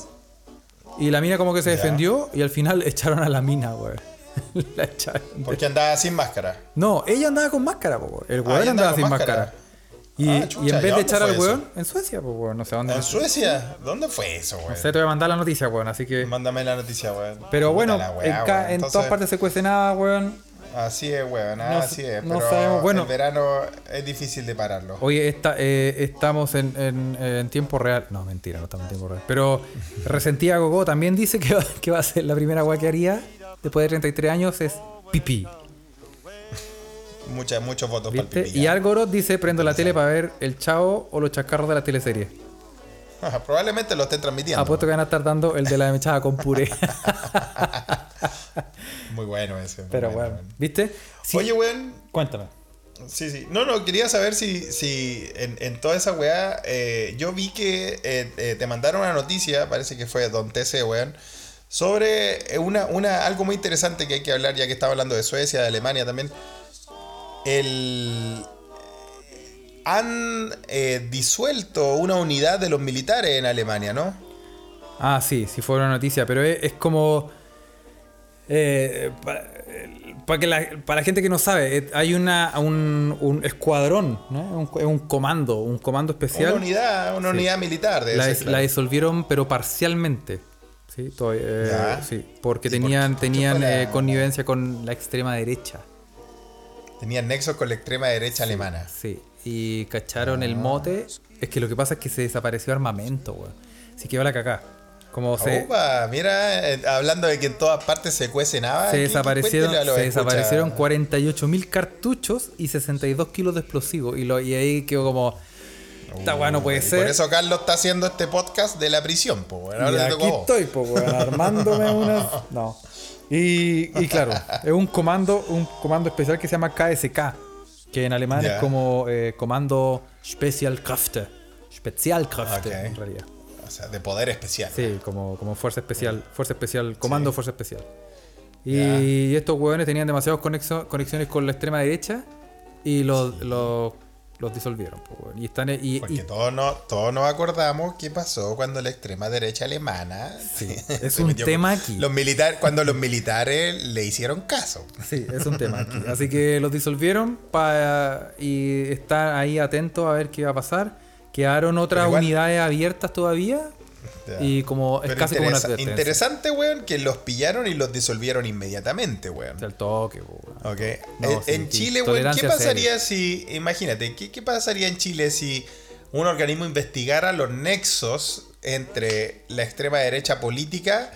[SPEAKER 2] y la mina como que se yeah. defendió y al final echaron a la mina, weón. La echaron.
[SPEAKER 1] Porque andaba sin máscara.
[SPEAKER 2] No, ella andaba con máscara, po. El weón ah, andaba, andaba sin máscara. máscara. Y, ah, chucha, y en vez de echar al weón, en Suecia, pues weón, no sé dónde.
[SPEAKER 1] ¿En Suecia? ¿Dónde fue eso, weón?
[SPEAKER 2] No sé, te voy a mandar la noticia, weón, así que.
[SPEAKER 1] Mándame la noticia, weón.
[SPEAKER 2] Pero bueno, weá, en, ca- weón. en Entonces... todas partes se cuece nada, weón.
[SPEAKER 1] Así es, weón, no, así es.
[SPEAKER 2] No
[SPEAKER 1] pero
[SPEAKER 2] sabemos, bueno.
[SPEAKER 1] El verano es difícil de pararlo.
[SPEAKER 2] Oye, esta, eh, estamos en, en, en tiempo real. No, mentira, no estamos en tiempo real. Pero Resentida Gogo también dice que va, que va a ser la primera weá que haría después de treinta y tres años es pipí.
[SPEAKER 1] Muchas, muchos votos para el pipí.
[SPEAKER 2] Y Algorod dice, prendo la tele para ver el Chavo o los chascarros de la teleserie.
[SPEAKER 1] Probablemente lo estén transmitiendo.
[SPEAKER 2] Apuesto que van a estar dando el de la mechada con puré.
[SPEAKER 1] Muy bueno ese. Muy
[SPEAKER 2] Pero
[SPEAKER 1] bueno,
[SPEAKER 2] bueno, ¿viste?
[SPEAKER 1] Sí. Oye, weón.
[SPEAKER 2] Cuéntame.
[SPEAKER 1] Sí, sí. No, no, quería saber si, si en, en toda esa weá, eh, yo vi que eh, eh, te mandaron una noticia, parece que fue Don T C, weón, sobre una, una, algo muy interesante que hay que hablar, ya que estaba hablando de Suecia, de Alemania también. El... Han eh, disuelto una unidad de los militares en Alemania, ¿no?
[SPEAKER 2] Ah, sí, sí fue una noticia, pero es, es como... Eh, para, para, que la, para la gente que no sabe, hay una, un, un escuadrón, ¿no? Un, un comando, un comando especial.
[SPEAKER 1] Una unidad, una sí. unidad militar.
[SPEAKER 2] La, ser, claro. la disolvieron, pero parcialmente. Sí, todo, eh, sí porque tenían, por tenían la... eh, connivencia con la extrema derecha.
[SPEAKER 1] Tenían nexo con la extrema derecha
[SPEAKER 2] sí,
[SPEAKER 1] alemana.
[SPEAKER 2] Sí, y cacharon ah. el mote. Es que lo que pasa es que se desapareció armamento, güey. Así que va la cacá. Como se...
[SPEAKER 1] Opa, mira, eh, hablando de que en todas partes se cuece nada.
[SPEAKER 2] Se desaparecieron, se desaparecieron cuarenta y ocho mil cartuchos y sesenta y dos kilos de explosivos. Y, lo, y ahí quedó como... Esta weá no puede ser.
[SPEAKER 1] Por eso Carlos está haciendo este podcast de la prisión, po, bueno,
[SPEAKER 2] y aquí estoy, po, bueno, armándome unas... No. Y, y claro, es un comando, un comando especial que se llama K S K, que en alemán yeah. es como eh, Comando Spezialkräfte. Spezialkräfte, okay. en realidad.
[SPEAKER 1] O sea, de poder especial.
[SPEAKER 2] Sí, como, como fuerza especial, fuerza especial, comando sí. fuerza especial. Y yeah. estos hueones tenían demasiadas conexo, conexiones con la extrema derecha y los, los, los disolvieron. Pues, y están, y,
[SPEAKER 1] Porque
[SPEAKER 2] y,
[SPEAKER 1] todos, no, todos nos acordamos qué pasó cuando la extrema derecha alemana...
[SPEAKER 2] Sí, es un tema aquí.
[SPEAKER 1] Los militar, cuando los militares le hicieron caso.
[SPEAKER 2] Sí, es un tema aquí. Así que los disolvieron pa, y están ahí atentos a ver qué va a pasar. Quedaron otras igual, unidades abiertas todavía. Ya. Y como es casi como una advertencia.
[SPEAKER 1] Interesante, weón, que los pillaron y los disolvieron inmediatamente, weón.
[SPEAKER 2] El toque, weón.
[SPEAKER 1] Okay. No, en, sí, en Chile, weón, ¿qué pasaría seria. si... Imagínate, ¿qué, ¿qué pasaría en Chile si un organismo investigara los nexos entre la extrema derecha política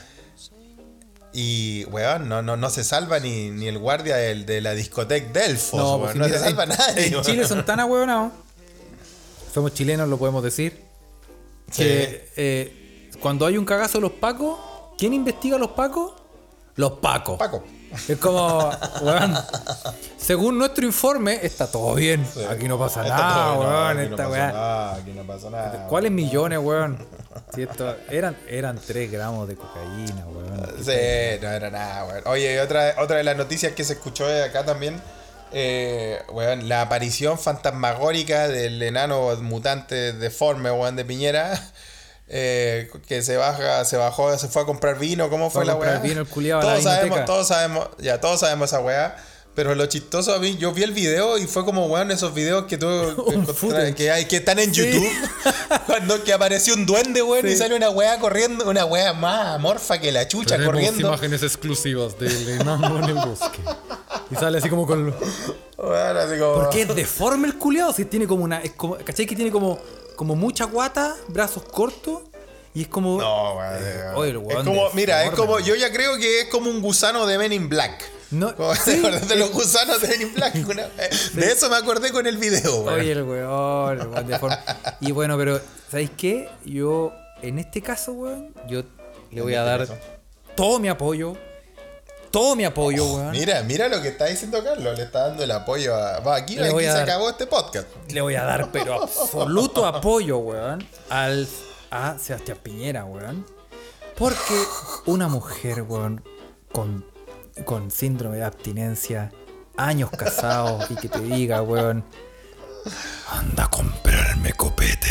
[SPEAKER 1] y, weón, no, no, no se salva ni, ni el guardia del, de la discoteca Delfos, no, weón, no mira, se salva
[SPEAKER 2] en,
[SPEAKER 1] nadie.
[SPEAKER 2] En
[SPEAKER 1] weón.
[SPEAKER 2] Chile son tan ahueonados. Somos chilenos, lo podemos decir.
[SPEAKER 1] Sí.
[SPEAKER 2] Que eh, cuando hay un cagazo de los pacos, ¿quién investiga a los pacos? Los pacos.
[SPEAKER 1] Paco.
[SPEAKER 2] Es como, weón, según nuestro informe, está todo bien. Sí. Aquí no pasa está nada, todo, weón. No, esta
[SPEAKER 1] no
[SPEAKER 2] weá.
[SPEAKER 1] Nada, aquí no pasa nada.
[SPEAKER 2] ¿Cuáles millones, weón? Si esto, eran, eran tres gramos de cocaína, weón.
[SPEAKER 1] Sí, no era nada, weón. Oye, otra, otra de las noticias que se escuchó de acá también. Eh, weón, la aparición fantasmagórica del enano mutante deforme, weón, de Piñera, eh, que se baja, se bajó, se fue a comprar vino. ¿Cómo fue, fue la weá?
[SPEAKER 2] Vino, el culiado,
[SPEAKER 1] todos sabemos, todos sabemos, ya todos sabemos esa weá. Pero lo chistoso a mí, yo vi el video y fue como, weón, esos videos que tú que hay, que están en sí. YouTube, cuando que apareció un duende, weón, sí. y sale una weá corriendo, una weá más amorfa que la chucha.
[SPEAKER 2] Tenemos
[SPEAKER 1] corriendo.
[SPEAKER 2] Imágenes exclusivas del enano en el bosque. Y sale así como con...
[SPEAKER 1] Bueno, así como...
[SPEAKER 2] Porque es deforme el culiado, si tiene como una... Es como, ¿cachai? Que tiene como, como mucha guata, brazos cortos. Y es como...
[SPEAKER 1] No, weón. Eh, oye, el weón es como, mira, es como... Yo ya creo que es como un gusano de Men in Black.
[SPEAKER 2] No,
[SPEAKER 1] como,
[SPEAKER 2] ¿sí?
[SPEAKER 1] De los gusanos de Men in Black. Una, de sí. eso me acordé con el video, weón.
[SPEAKER 2] Oye, el weón, el weón deforme. Y bueno, pero... ¿Sabéis qué? Yo, en este caso, weón, yo le voy a dar caso? todo mi apoyo. Todo mi apoyo, oh, weón.
[SPEAKER 1] Mira, mira lo que está diciendo Carlos. Le está dando el apoyo a... Va, aquí, aquí se dar, acabó este podcast.
[SPEAKER 2] Le voy a dar, pero absoluto apoyo, weón, al, a Sebastián Piñera, weón. Porque una mujer, weón, con, con síndrome de abstinencia, años casados, y que te diga, weón, anda a comprarme copete.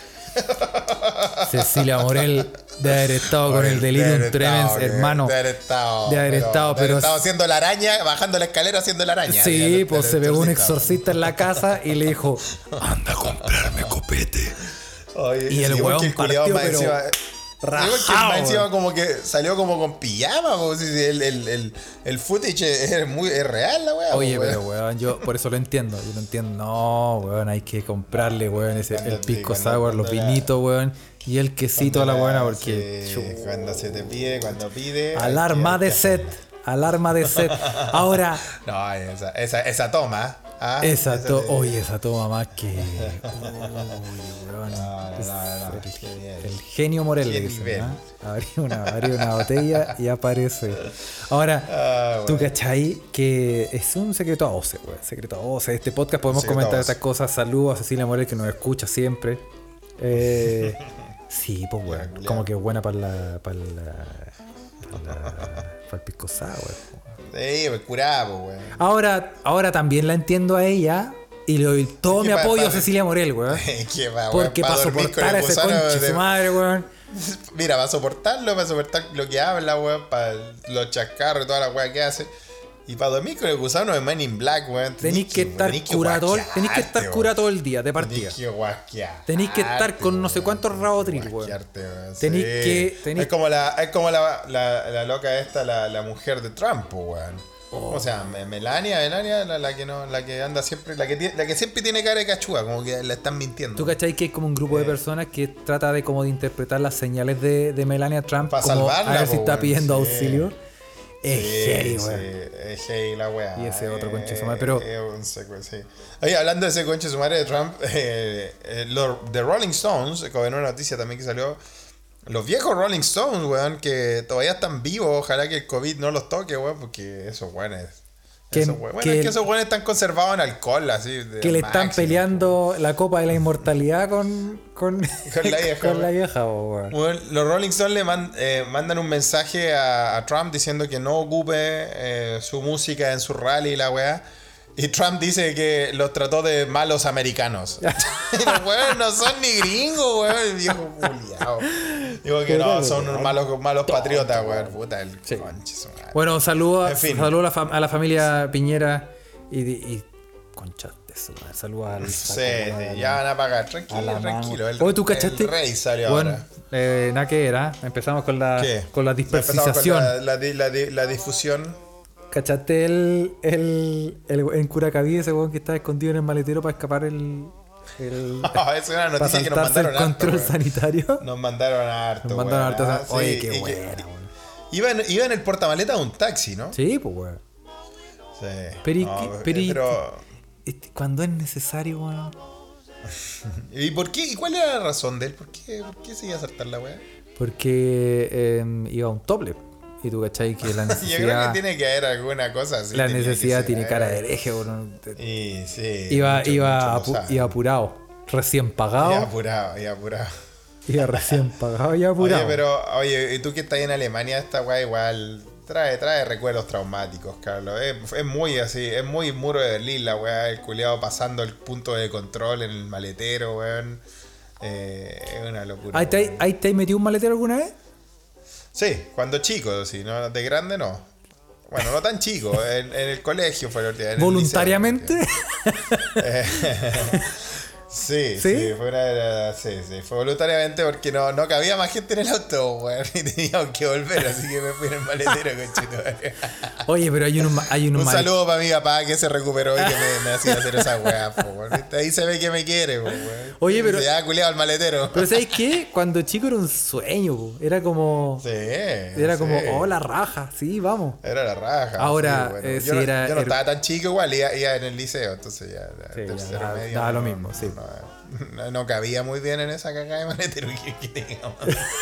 [SPEAKER 2] Cecilia Morel de haber estado con el delirium tremens, hermano.
[SPEAKER 1] De haber estado.
[SPEAKER 2] De haber estado, pero.
[SPEAKER 1] De haber estado haciendo la araña, bajando la escalera haciendo la araña.
[SPEAKER 2] Sí, pues se pegó un exorcista en la casa y le dijo: anda a comprarme copete.
[SPEAKER 1] Oye,
[SPEAKER 2] y el sí, huevón partió, pero
[SPEAKER 1] encima,
[SPEAKER 2] rajado,
[SPEAKER 1] que encima como que salió como con pijama, pues, el, el, el, el footage es, muy, es real la weá.
[SPEAKER 2] Oye,
[SPEAKER 1] pues,
[SPEAKER 2] pero weón, yo por eso lo entiendo. Yo lo entiendo. No, weón, hay que comprarle, weón, ese, el pisco sour, los vinitos, weón. Y el quesito a la buena, porque...
[SPEAKER 1] Sí, cuando se te pide, cuando pide...
[SPEAKER 2] Alarma de set. Alarma de set. Ahora...
[SPEAKER 1] No, esa, esa, esa toma... ¿ah?
[SPEAKER 2] Esa, esa to- Oye, esa toma más que... Uy, weón.
[SPEAKER 1] No, no, no, no,
[SPEAKER 2] el, el genio Morel le dicen, ¿no? Abrí una, abrí una botella y aparece. Ahora, ah, tú bueno. cachai que es un secreto a voces, weón. Secreto a voces. Este podcast podemos secreto comentar estas cosas. Saludos a Cecilia Morel, que nos escucha siempre. Eh... Sí, pues bueno, bueno como que es buena para la para la para el pisco sour.
[SPEAKER 1] Sí, pues curada, pues, weón.
[SPEAKER 2] Ahora, ahora también la entiendo a ella y le doy todo mi pa, apoyo pa, a Cecilia Morel, weón. Porque para pa soportar a ese conche de... su madre, weón.
[SPEAKER 1] Mira, para soportarlo, para soportar lo que habla, weón, para los chascarros y toda la weá que hace. Y para dormir con el gusano de Man in Black, weón.
[SPEAKER 2] Tenéis que estar curado Tenéis que estar curado todo el día de partida.
[SPEAKER 1] Tenéis que guasquear.
[SPEAKER 2] Tenéis que estar con no sé cuántos rabotril, weón. Tenéis
[SPEAKER 1] sí.
[SPEAKER 2] que. Tenéis...
[SPEAKER 1] Es como la, es como la, la, la loca esta, la, la mujer de Trump, weón. Oh. O sea, Melania, Melania, la, la que no, la que anda siempre, la que tiene, la que siempre tiene cara de cachúa, como que la están mintiendo.
[SPEAKER 2] ¿Tú cachai que hay como un grupo eh. de personas que trata de como de interpretar las señales de, de Melania Trump
[SPEAKER 1] para
[SPEAKER 2] como
[SPEAKER 1] salvarla,
[SPEAKER 2] a ver si
[SPEAKER 1] po,
[SPEAKER 2] está pidiendo
[SPEAKER 1] sí.
[SPEAKER 2] auxilio? Es
[SPEAKER 1] sí,
[SPEAKER 2] heavy, weón.
[SPEAKER 1] Sí, es heavy la weá.
[SPEAKER 2] Y ese otro conche su madre, pero...
[SPEAKER 1] Eh, un seco, sí. Oye, hablando de ese conche su madre de Trump, eh, eh, los The Rolling Stones, como en una noticia también que salió, los viejos Rolling Stones, weón, que todavía están vivos, ojalá que el COVID no los toque, weón, porque esos weones...
[SPEAKER 2] Que,
[SPEAKER 1] Eso, bueno,
[SPEAKER 2] que,
[SPEAKER 1] es que esos weones están conservados en alcohol, así. De
[SPEAKER 2] que le
[SPEAKER 1] máximo,
[SPEAKER 2] están peleando la copa de la inmortalidad con, con,
[SPEAKER 1] con la vieja.
[SPEAKER 2] con la vieja weón.
[SPEAKER 1] Bueno, los Rolling Stones le man, eh, mandan un mensaje a, a Trump diciendo que no ocupe eh, su música en su rally y la weá. Y Trump dice que los trató de malos americanos. Y los weones no son ni gringos, weón. Viejo culiao. Digo que no, son unos malos, malos patriotas, weón. Puta el
[SPEAKER 2] sí.
[SPEAKER 1] conche.
[SPEAKER 2] Bueno, saludos
[SPEAKER 1] en fin.
[SPEAKER 2] saludo a, la fam- a la familia Piñera y, y concha de su madre. Saludos al
[SPEAKER 1] Sí, sí, ya van a pagar. Tranquilo, tranquilo. El,
[SPEAKER 2] Oye, ¿tú cachaste?
[SPEAKER 1] El rey salió
[SPEAKER 2] bueno,
[SPEAKER 1] ahora.
[SPEAKER 2] Eh, nada que era. Empezamos con la,
[SPEAKER 1] ¿Qué?
[SPEAKER 2] con la dispersización.
[SPEAKER 1] Con la, la, la, la, la difusión.
[SPEAKER 2] ¿Cachaste el, el, el en Curacaví ese weón que estaba escondido en el maletero para escapar el... el
[SPEAKER 1] oh, es una noticia que nos mandaron
[SPEAKER 2] el control
[SPEAKER 1] harto,
[SPEAKER 2] sanitario?
[SPEAKER 1] Nos mandaron harto,
[SPEAKER 2] Nos mandaron harto.
[SPEAKER 1] Ah,
[SPEAKER 2] Oye,
[SPEAKER 1] sí,
[SPEAKER 2] qué
[SPEAKER 1] y
[SPEAKER 2] bueno,
[SPEAKER 1] que,
[SPEAKER 2] weón.
[SPEAKER 1] Iba en, iba en el portamaleta de un taxi, ¿no?
[SPEAKER 2] Sí, pues weón.
[SPEAKER 1] Sí.
[SPEAKER 2] Pero,
[SPEAKER 1] no,
[SPEAKER 2] pero,
[SPEAKER 1] pero...
[SPEAKER 2] Este, cuando es necesario, weón.
[SPEAKER 1] ¿Y por qué? ¿Y cuál era la razón de él? ¿Por qué, por qué se iba a saltar la weá?
[SPEAKER 2] Porque eh, iba a un tople. Y tú cachai que la necesidad...
[SPEAKER 1] Yo creo que tiene que haber alguna cosa así.
[SPEAKER 2] La necesidad tiene cara de hereje, weón.
[SPEAKER 1] Y sí.
[SPEAKER 2] Iba,
[SPEAKER 1] mucho,
[SPEAKER 2] iba,
[SPEAKER 1] mucho
[SPEAKER 2] apu- iba apurado. Recién pagado.
[SPEAKER 1] Iba apurado, iba apurado.
[SPEAKER 2] Iba recién pagado y apurado.
[SPEAKER 1] Oye, pero, oye, y tú que estás en Alemania, esta weá igual trae, trae recuerdos traumáticos, Carlos. Es, es muy así, es muy muro de Berlín la weá, el culiado pasando el punto de control en el maletero, weón. Eh, es una locura.
[SPEAKER 2] ¿Ahí te, ¿Ahí te has metido un maletero alguna vez?
[SPEAKER 1] Sí, cuando chico, sí, ¿no? De grande no. Bueno, no tan chico, en, en el colegio fue la última vez.
[SPEAKER 2] ¿Voluntariamente?
[SPEAKER 1] Eh, sí, sí, sí, fue una, sí, sí, fue voluntariamente porque no, no cabía más gente en el auto, weón, y teníamos que volver, así que me fui en el maletero, conchito.
[SPEAKER 2] Oye, pero hay unos hay unos
[SPEAKER 1] Un saludo para mi papá que se recuperó y que me, me hacía hacer esa weá, po, weón. Ahí se ve que me quiere, po, weón.
[SPEAKER 2] Oye, pero...
[SPEAKER 1] Ya, culiado al maletero.
[SPEAKER 2] Pero ¿sabes qué? Cuando chico era un sueño, po. Era como...
[SPEAKER 1] Sí.
[SPEAKER 2] Era
[SPEAKER 1] sí.
[SPEAKER 2] como, oh, la raja, sí, vamos.
[SPEAKER 1] Era la raja.
[SPEAKER 2] Ahora,
[SPEAKER 1] sí, bueno.
[SPEAKER 2] eh,
[SPEAKER 1] yo,
[SPEAKER 2] sí
[SPEAKER 1] no,
[SPEAKER 2] era,
[SPEAKER 1] yo no
[SPEAKER 2] era...
[SPEAKER 1] estaba tan chico igual, iba, iba en el liceo, entonces ya...
[SPEAKER 2] Sí,
[SPEAKER 1] tercero
[SPEAKER 2] ya, daba,
[SPEAKER 1] medio,
[SPEAKER 2] daba
[SPEAKER 1] no,
[SPEAKER 2] lo mismo, sí.
[SPEAKER 1] No, no, no cabía muy bien en esa cagada de maletero que, que digamos.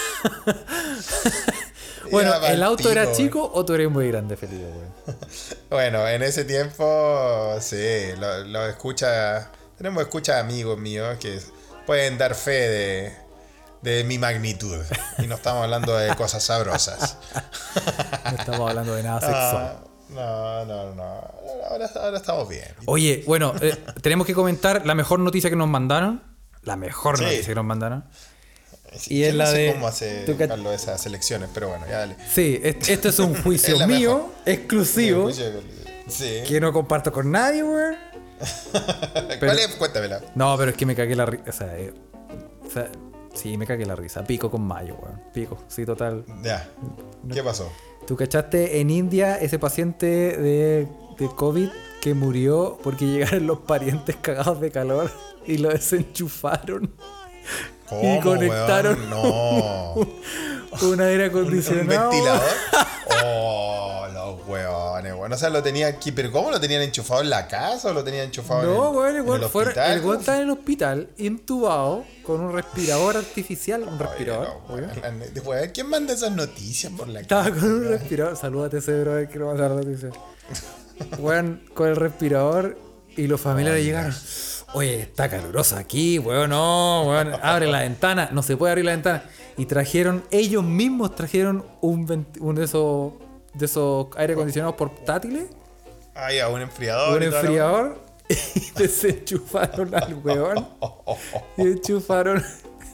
[SPEAKER 2] Bueno, ¿el auto
[SPEAKER 1] pico,
[SPEAKER 2] era chico o tú eres muy grande, Felipe, güey?
[SPEAKER 1] Bueno, en ese tiempo, sí, lo, lo escucha... Tenemos escucha amigos míos que pueden dar fe de, de mi magnitud. Y no estamos hablando de cosas sabrosas.
[SPEAKER 2] No estamos hablando de nada sexual.
[SPEAKER 1] No, no, no. Ahora, ahora estamos bien.
[SPEAKER 2] Oye, bueno, eh, tenemos que comentar la mejor noticia que nos mandaron. La mejor
[SPEAKER 1] Sí.
[SPEAKER 2] noticia que nos mandaron.
[SPEAKER 1] Sí,
[SPEAKER 2] Y
[SPEAKER 1] yo
[SPEAKER 2] es
[SPEAKER 1] no
[SPEAKER 2] la
[SPEAKER 1] sé
[SPEAKER 2] de-
[SPEAKER 1] cómo hace
[SPEAKER 2] tú ca-
[SPEAKER 1] Carlos esas elecciones, pero bueno, ya dale.
[SPEAKER 2] Sí, es- este es un juicio
[SPEAKER 1] Es la
[SPEAKER 2] mío,
[SPEAKER 1] mejor.
[SPEAKER 2] exclusivo,
[SPEAKER 1] Sí.
[SPEAKER 2] que no comparto con nadie, güey.
[SPEAKER 1] ¿Cuál es? Cuéntamela.
[SPEAKER 2] No, pero es que me cagué la risa. O sea, eh, o sea, sí, me cagué la risa. Pico con mayo, güey. Pico, sí, total.
[SPEAKER 1] Ya. ¿Qué pasó?
[SPEAKER 2] ¿Tú cachaste en India ese paciente de, de COVID que murió porque llegaron los parientes cagados de calor y lo desenchufaron?
[SPEAKER 1] ¿Cómo,
[SPEAKER 2] Y conectaron
[SPEAKER 1] weón? No.
[SPEAKER 2] un aire
[SPEAKER 1] ¿Un,
[SPEAKER 2] acondicionado.
[SPEAKER 1] un ventilador? Oh, los weones, weón. O sea, lo tenían aquí, pero ¿cómo lo tenían enchufado en la casa o lo tenían enchufado
[SPEAKER 2] No,
[SPEAKER 1] en,
[SPEAKER 2] weón, el
[SPEAKER 1] en
[SPEAKER 2] weón
[SPEAKER 1] el
[SPEAKER 2] fuera-
[SPEAKER 1] hospital?
[SPEAKER 2] el weón estaba en el hospital, intubado, con un respirador artificial. Un respirador,
[SPEAKER 1] Oye, no,
[SPEAKER 2] obvio.
[SPEAKER 1] weón, la- weón, ¿quién manda esas noticias por la
[SPEAKER 2] Estaba
[SPEAKER 1] calle,
[SPEAKER 2] con un
[SPEAKER 1] weón?
[SPEAKER 2] respirador. Salúdate ese brother que lo va a dar la noticia. Weón, con el respirador y los familiares llegaron. Oye, está caluroso aquí, weón, no, weón, abre la ventana. No se puede abrir la ventana. Y trajeron, ellos mismos trajeron un, vent- un de esos de esos aire acondicionados portátiles,
[SPEAKER 1] Ah, ya, un enfriador.
[SPEAKER 2] un
[SPEAKER 1] y toda la-
[SPEAKER 2] enfriador, y desenchufaron al weón. Y enchufaron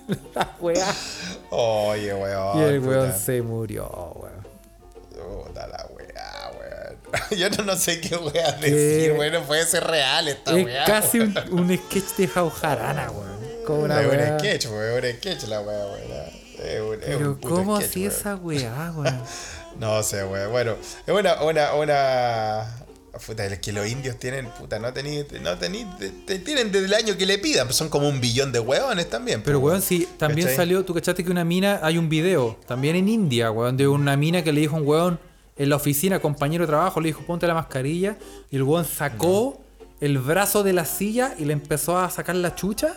[SPEAKER 2] La weá.
[SPEAKER 1] Oye, weón.
[SPEAKER 2] Y el
[SPEAKER 1] puta.
[SPEAKER 2] weón se murió, weón.
[SPEAKER 1] Puta la weá, weón. Yo no, no sé qué weá decir, weón. No puede ser real esta
[SPEAKER 2] Es
[SPEAKER 1] weá.
[SPEAKER 2] casi un,
[SPEAKER 1] weón.
[SPEAKER 2] un sketch de Jaujarana, weón. Como una
[SPEAKER 1] Es
[SPEAKER 2] weá.
[SPEAKER 1] un sketch, weón. Es un sketch la weá, weón. Es un, es
[SPEAKER 2] Pero
[SPEAKER 1] un puto
[SPEAKER 2] ¿cómo
[SPEAKER 1] sketch,
[SPEAKER 2] así
[SPEAKER 1] weón.
[SPEAKER 2] esa weá, weón?
[SPEAKER 1] No sé, weón. Bueno, es una, una, una. Puta, es que los indios tienen, puta, no tení, no tení, te, te tienen desde el año que le pidan, pues son como un billón de hueones también.
[SPEAKER 2] Pero
[SPEAKER 1] pues,
[SPEAKER 2] weón, sí, también
[SPEAKER 1] ¿cachai?
[SPEAKER 2] salió, tú cachaste que una mina, hay un video, también en India, weón, de una mina que le dijo a un weón en la oficina, compañero de trabajo, le dijo ponte la mascarilla, y el weón sacó no. el brazo de la silla y le empezó a sacar la chucha.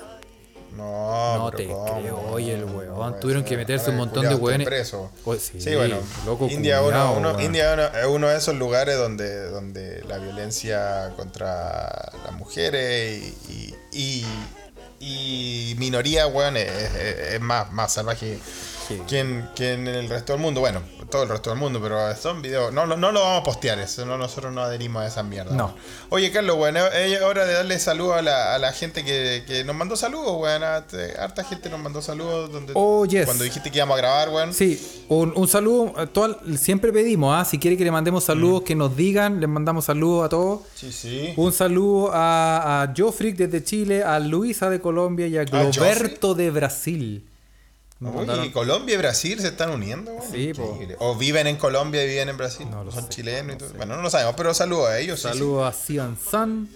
[SPEAKER 1] No,
[SPEAKER 2] No
[SPEAKER 1] pero
[SPEAKER 2] te
[SPEAKER 1] ¿cómo?
[SPEAKER 2] creo, oye, el weón.
[SPEAKER 1] No,
[SPEAKER 2] Tuvieron
[SPEAKER 1] ese-
[SPEAKER 2] que meterse
[SPEAKER 1] ahora
[SPEAKER 2] un
[SPEAKER 1] el
[SPEAKER 2] montón de
[SPEAKER 1] culiao está
[SPEAKER 2] weones.
[SPEAKER 1] preso.
[SPEAKER 2] Pues sí,
[SPEAKER 1] Sí, bueno,
[SPEAKER 2] loco,
[SPEAKER 1] India,
[SPEAKER 2] culiao,
[SPEAKER 1] uno, uno-
[SPEAKER 2] weón.
[SPEAKER 1] India uno- es uno de esos lugares donde, donde la violencia contra las mujeres y, y, y, y minoría, weón, es, es- es más, más salvaje
[SPEAKER 2] Sí.
[SPEAKER 1] que en, que en el resto del mundo. Bueno, todo el resto del mundo, pero son videos. No, no, no lo vamos a postear, eso, no, nosotros no adherimos a esa mierda.
[SPEAKER 2] No.
[SPEAKER 1] weón. Oye, Carlos, bueno, es hora de darle saludos a la, a la gente que, que nos mandó saludos, weón. Harta harta gente nos mandó saludos donde,
[SPEAKER 2] Oh, yes.
[SPEAKER 1] cuando dijiste que íbamos a grabar, weón.
[SPEAKER 2] Sí, un, un saludo, a toda- siempre pedimos, ¿ah? Si quiere que le mandemos saludos,
[SPEAKER 1] Mm.
[SPEAKER 2] que nos digan, les mandamos saludos a todos.
[SPEAKER 1] Sí, sí.
[SPEAKER 2] Un saludo a, a Jofric desde Chile, a Luisa de Colombia y a Globerto de Brasil. Nos
[SPEAKER 1] Uy,
[SPEAKER 2] mandaron-
[SPEAKER 1] Colombia y Brasil se están uniendo, weón.
[SPEAKER 2] Sí, po.
[SPEAKER 1] Increíble. O viven en Colombia y viven en Brasil.
[SPEAKER 2] No lo
[SPEAKER 1] Son
[SPEAKER 2] sé,
[SPEAKER 1] chilenos y
[SPEAKER 2] no
[SPEAKER 1] todo.
[SPEAKER 2] sé.
[SPEAKER 1] Bueno, no lo sabemos, pero saludos a ellos. sí, sí.
[SPEAKER 2] Saludos a Cian San.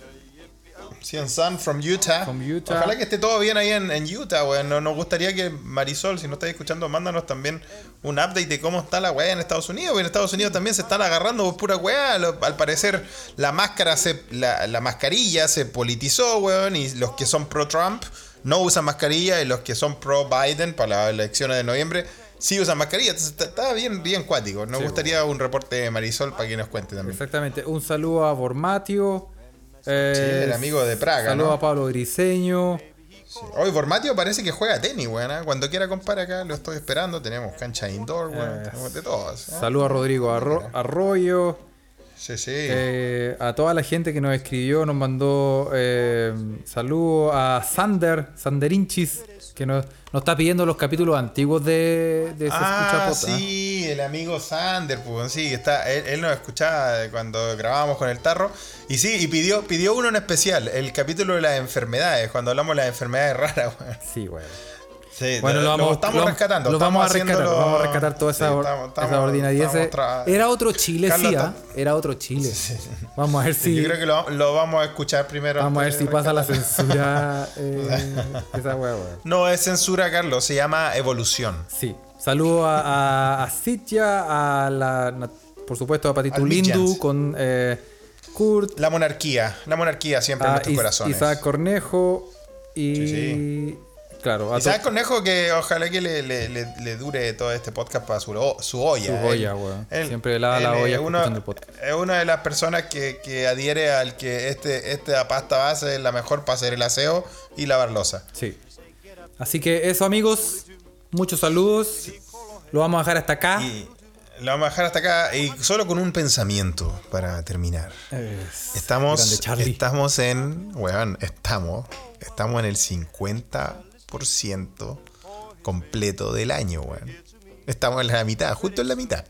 [SPEAKER 1] Cian San from Utah.
[SPEAKER 2] From Utah.
[SPEAKER 1] Ojalá que esté todo bien ahí en, en Utah, weón. No, nos gustaría que Marisol, si no estáis escuchando, mándanos también un update de cómo está la weá en Estados Unidos. Porque en Estados Unidos también se están agarrando por pura weá. Lo- Al parecer, la máscara se, la, la mascarilla se politizó, weón. Y los que son pro Trump no usan mascarilla. Y los que son pro Biden para las elecciones de noviembre sí usan mascarilla. Entonces está, está bien, bien cuático. Nos
[SPEAKER 2] Sí,
[SPEAKER 1] gustaría un reporte de Marisol para que nos cuente también.
[SPEAKER 2] Exactamente. Un saludo a Bormatio. Eh,
[SPEAKER 1] Sí, el amigo de Praga,
[SPEAKER 2] Saludo
[SPEAKER 1] ¿no?
[SPEAKER 2] a Pablo Griseño.
[SPEAKER 1] Sí. Hoy Formatio parece que juega tenis, weón. ¿eh? Cuando quiera, compadre, acá lo estoy esperando. Tenemos cancha indoor, weón.
[SPEAKER 2] Eh,
[SPEAKER 1] Tenemos de todos. ¿eh?
[SPEAKER 2] Saludo a Rodrigo Arro- Arroyo.
[SPEAKER 1] Sí, sí.
[SPEAKER 2] Eh, a toda la gente que nos escribió, nos mandó eh, saludos a Sander, Sanderinchis, que nos, nos está pidiendo los capítulos antiguos de, de Se Escucha
[SPEAKER 1] Ah,
[SPEAKER 2] Pota.
[SPEAKER 1] sí, el amigo Sander, pues sí, está, él, él nos escuchaba cuando grabábamos con el tarro. Y sí, y pidió, pidió uno en especial, el capítulo de las enfermedades, cuando hablamos de las enfermedades raras, weón.
[SPEAKER 2] Sí, güey.
[SPEAKER 1] Sí,
[SPEAKER 2] Bueno, lo, vamos,
[SPEAKER 1] estamos
[SPEAKER 2] lo-
[SPEAKER 1] rescatando.
[SPEAKER 2] Lo
[SPEAKER 1] estamos
[SPEAKER 2] vamos a rescatar,
[SPEAKER 1] haciéndolo-
[SPEAKER 2] vamos a rescatar toda esa,
[SPEAKER 1] Sí,
[SPEAKER 2] or-
[SPEAKER 1] estamos- estamos-
[SPEAKER 2] esa ordinariedad.
[SPEAKER 1] estamos tra-
[SPEAKER 2] Era otro Chile,
[SPEAKER 1] Carlos
[SPEAKER 2] sí,
[SPEAKER 1] está-
[SPEAKER 2] ¿ah? Era otro Chile. Vamos a ver si,
[SPEAKER 1] Yo creo que lo, lo vamos a escuchar primero.
[SPEAKER 2] vamos a ver
[SPEAKER 1] antes
[SPEAKER 2] si
[SPEAKER 1] de
[SPEAKER 2] pasa la
[SPEAKER 1] rescatar.
[SPEAKER 2] censura eh, esa weá, weá.
[SPEAKER 1] No es censura, Carlos, se llama evolución.
[SPEAKER 2] Sí. Saludo a, a, a Sitya, a la, na- por supuesto a Patito
[SPEAKER 1] Al
[SPEAKER 2] Lindu
[SPEAKER 1] Midjans.
[SPEAKER 2] con eh, Kurt,
[SPEAKER 1] La monarquía, la monarquía siempre en
[SPEAKER 2] a
[SPEAKER 1] nuestros
[SPEAKER 2] Is-
[SPEAKER 1] corazones.
[SPEAKER 2] Isaac Cornejo y
[SPEAKER 1] Sí, sí.
[SPEAKER 2] claro, a
[SPEAKER 1] Isaac
[SPEAKER 2] to-
[SPEAKER 1] Cornejo, que ojalá que le, le- le- le dure todo este podcast para su, o- su olla.
[SPEAKER 2] Su
[SPEAKER 1] Él-
[SPEAKER 2] olla, weón.
[SPEAKER 1] él-
[SPEAKER 2] Siempre lava la
[SPEAKER 1] él
[SPEAKER 2] olla
[SPEAKER 1] es uno-
[SPEAKER 2] escuchando el podcast.
[SPEAKER 1] Es una de las personas que, que adhiere al que este, esta pasta base es la mejor para hacer el aseo y lavar losa.
[SPEAKER 2] Sí. Así que eso, amigos, muchos saludos. Lo vamos a dejar hasta acá.
[SPEAKER 1] Y lo vamos a dejar hasta acá y solo con un pensamiento para terminar.
[SPEAKER 2] Es
[SPEAKER 1] Estamos,
[SPEAKER 2] grande Charlie.
[SPEAKER 1] estamos en, weón, estamos, estamos en el cincuenta por ciento completo del año, weón. Estamos en la mitad, justo en la mitad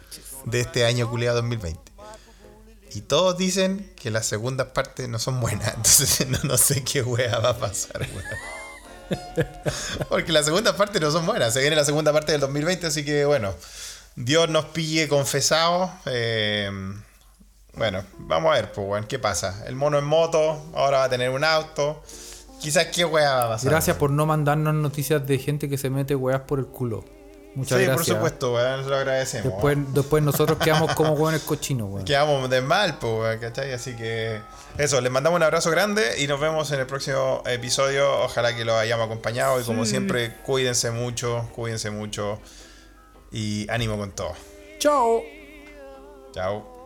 [SPEAKER 1] de este año culiado dos mil veinte. Y todos dicen que las segundas partes no son buenas, entonces no, no sé qué wea va a pasar, weón. Porque las segundas partes no son buenas, se viene la segunda parte del dos mil veinte, así que bueno, Dios nos pille confesados. Eh, bueno, vamos a ver, pues, weón, qué pasa. El mono en moto, ahora va a tener un auto. Quizás qué wea va a pasar.
[SPEAKER 2] Gracias por no mandarnos noticias de gente que se mete weas por el culo. Muchas
[SPEAKER 1] Sí,
[SPEAKER 2] gracias.
[SPEAKER 1] por supuesto, weón, se lo agradecemos.
[SPEAKER 2] Después, después nosotros quedamos como hueones cochinos, weón.
[SPEAKER 1] Quedamos de mal, pues, weón, ¿cachai? Así que eso, les mandamos un abrazo grande y nos vemos en el próximo episodio. Ojalá que lo hayamos acompañado y como
[SPEAKER 2] Sí.
[SPEAKER 1] siempre, cuídense mucho, cuídense mucho y ánimo con todo.
[SPEAKER 2] Chao.
[SPEAKER 1] Chao.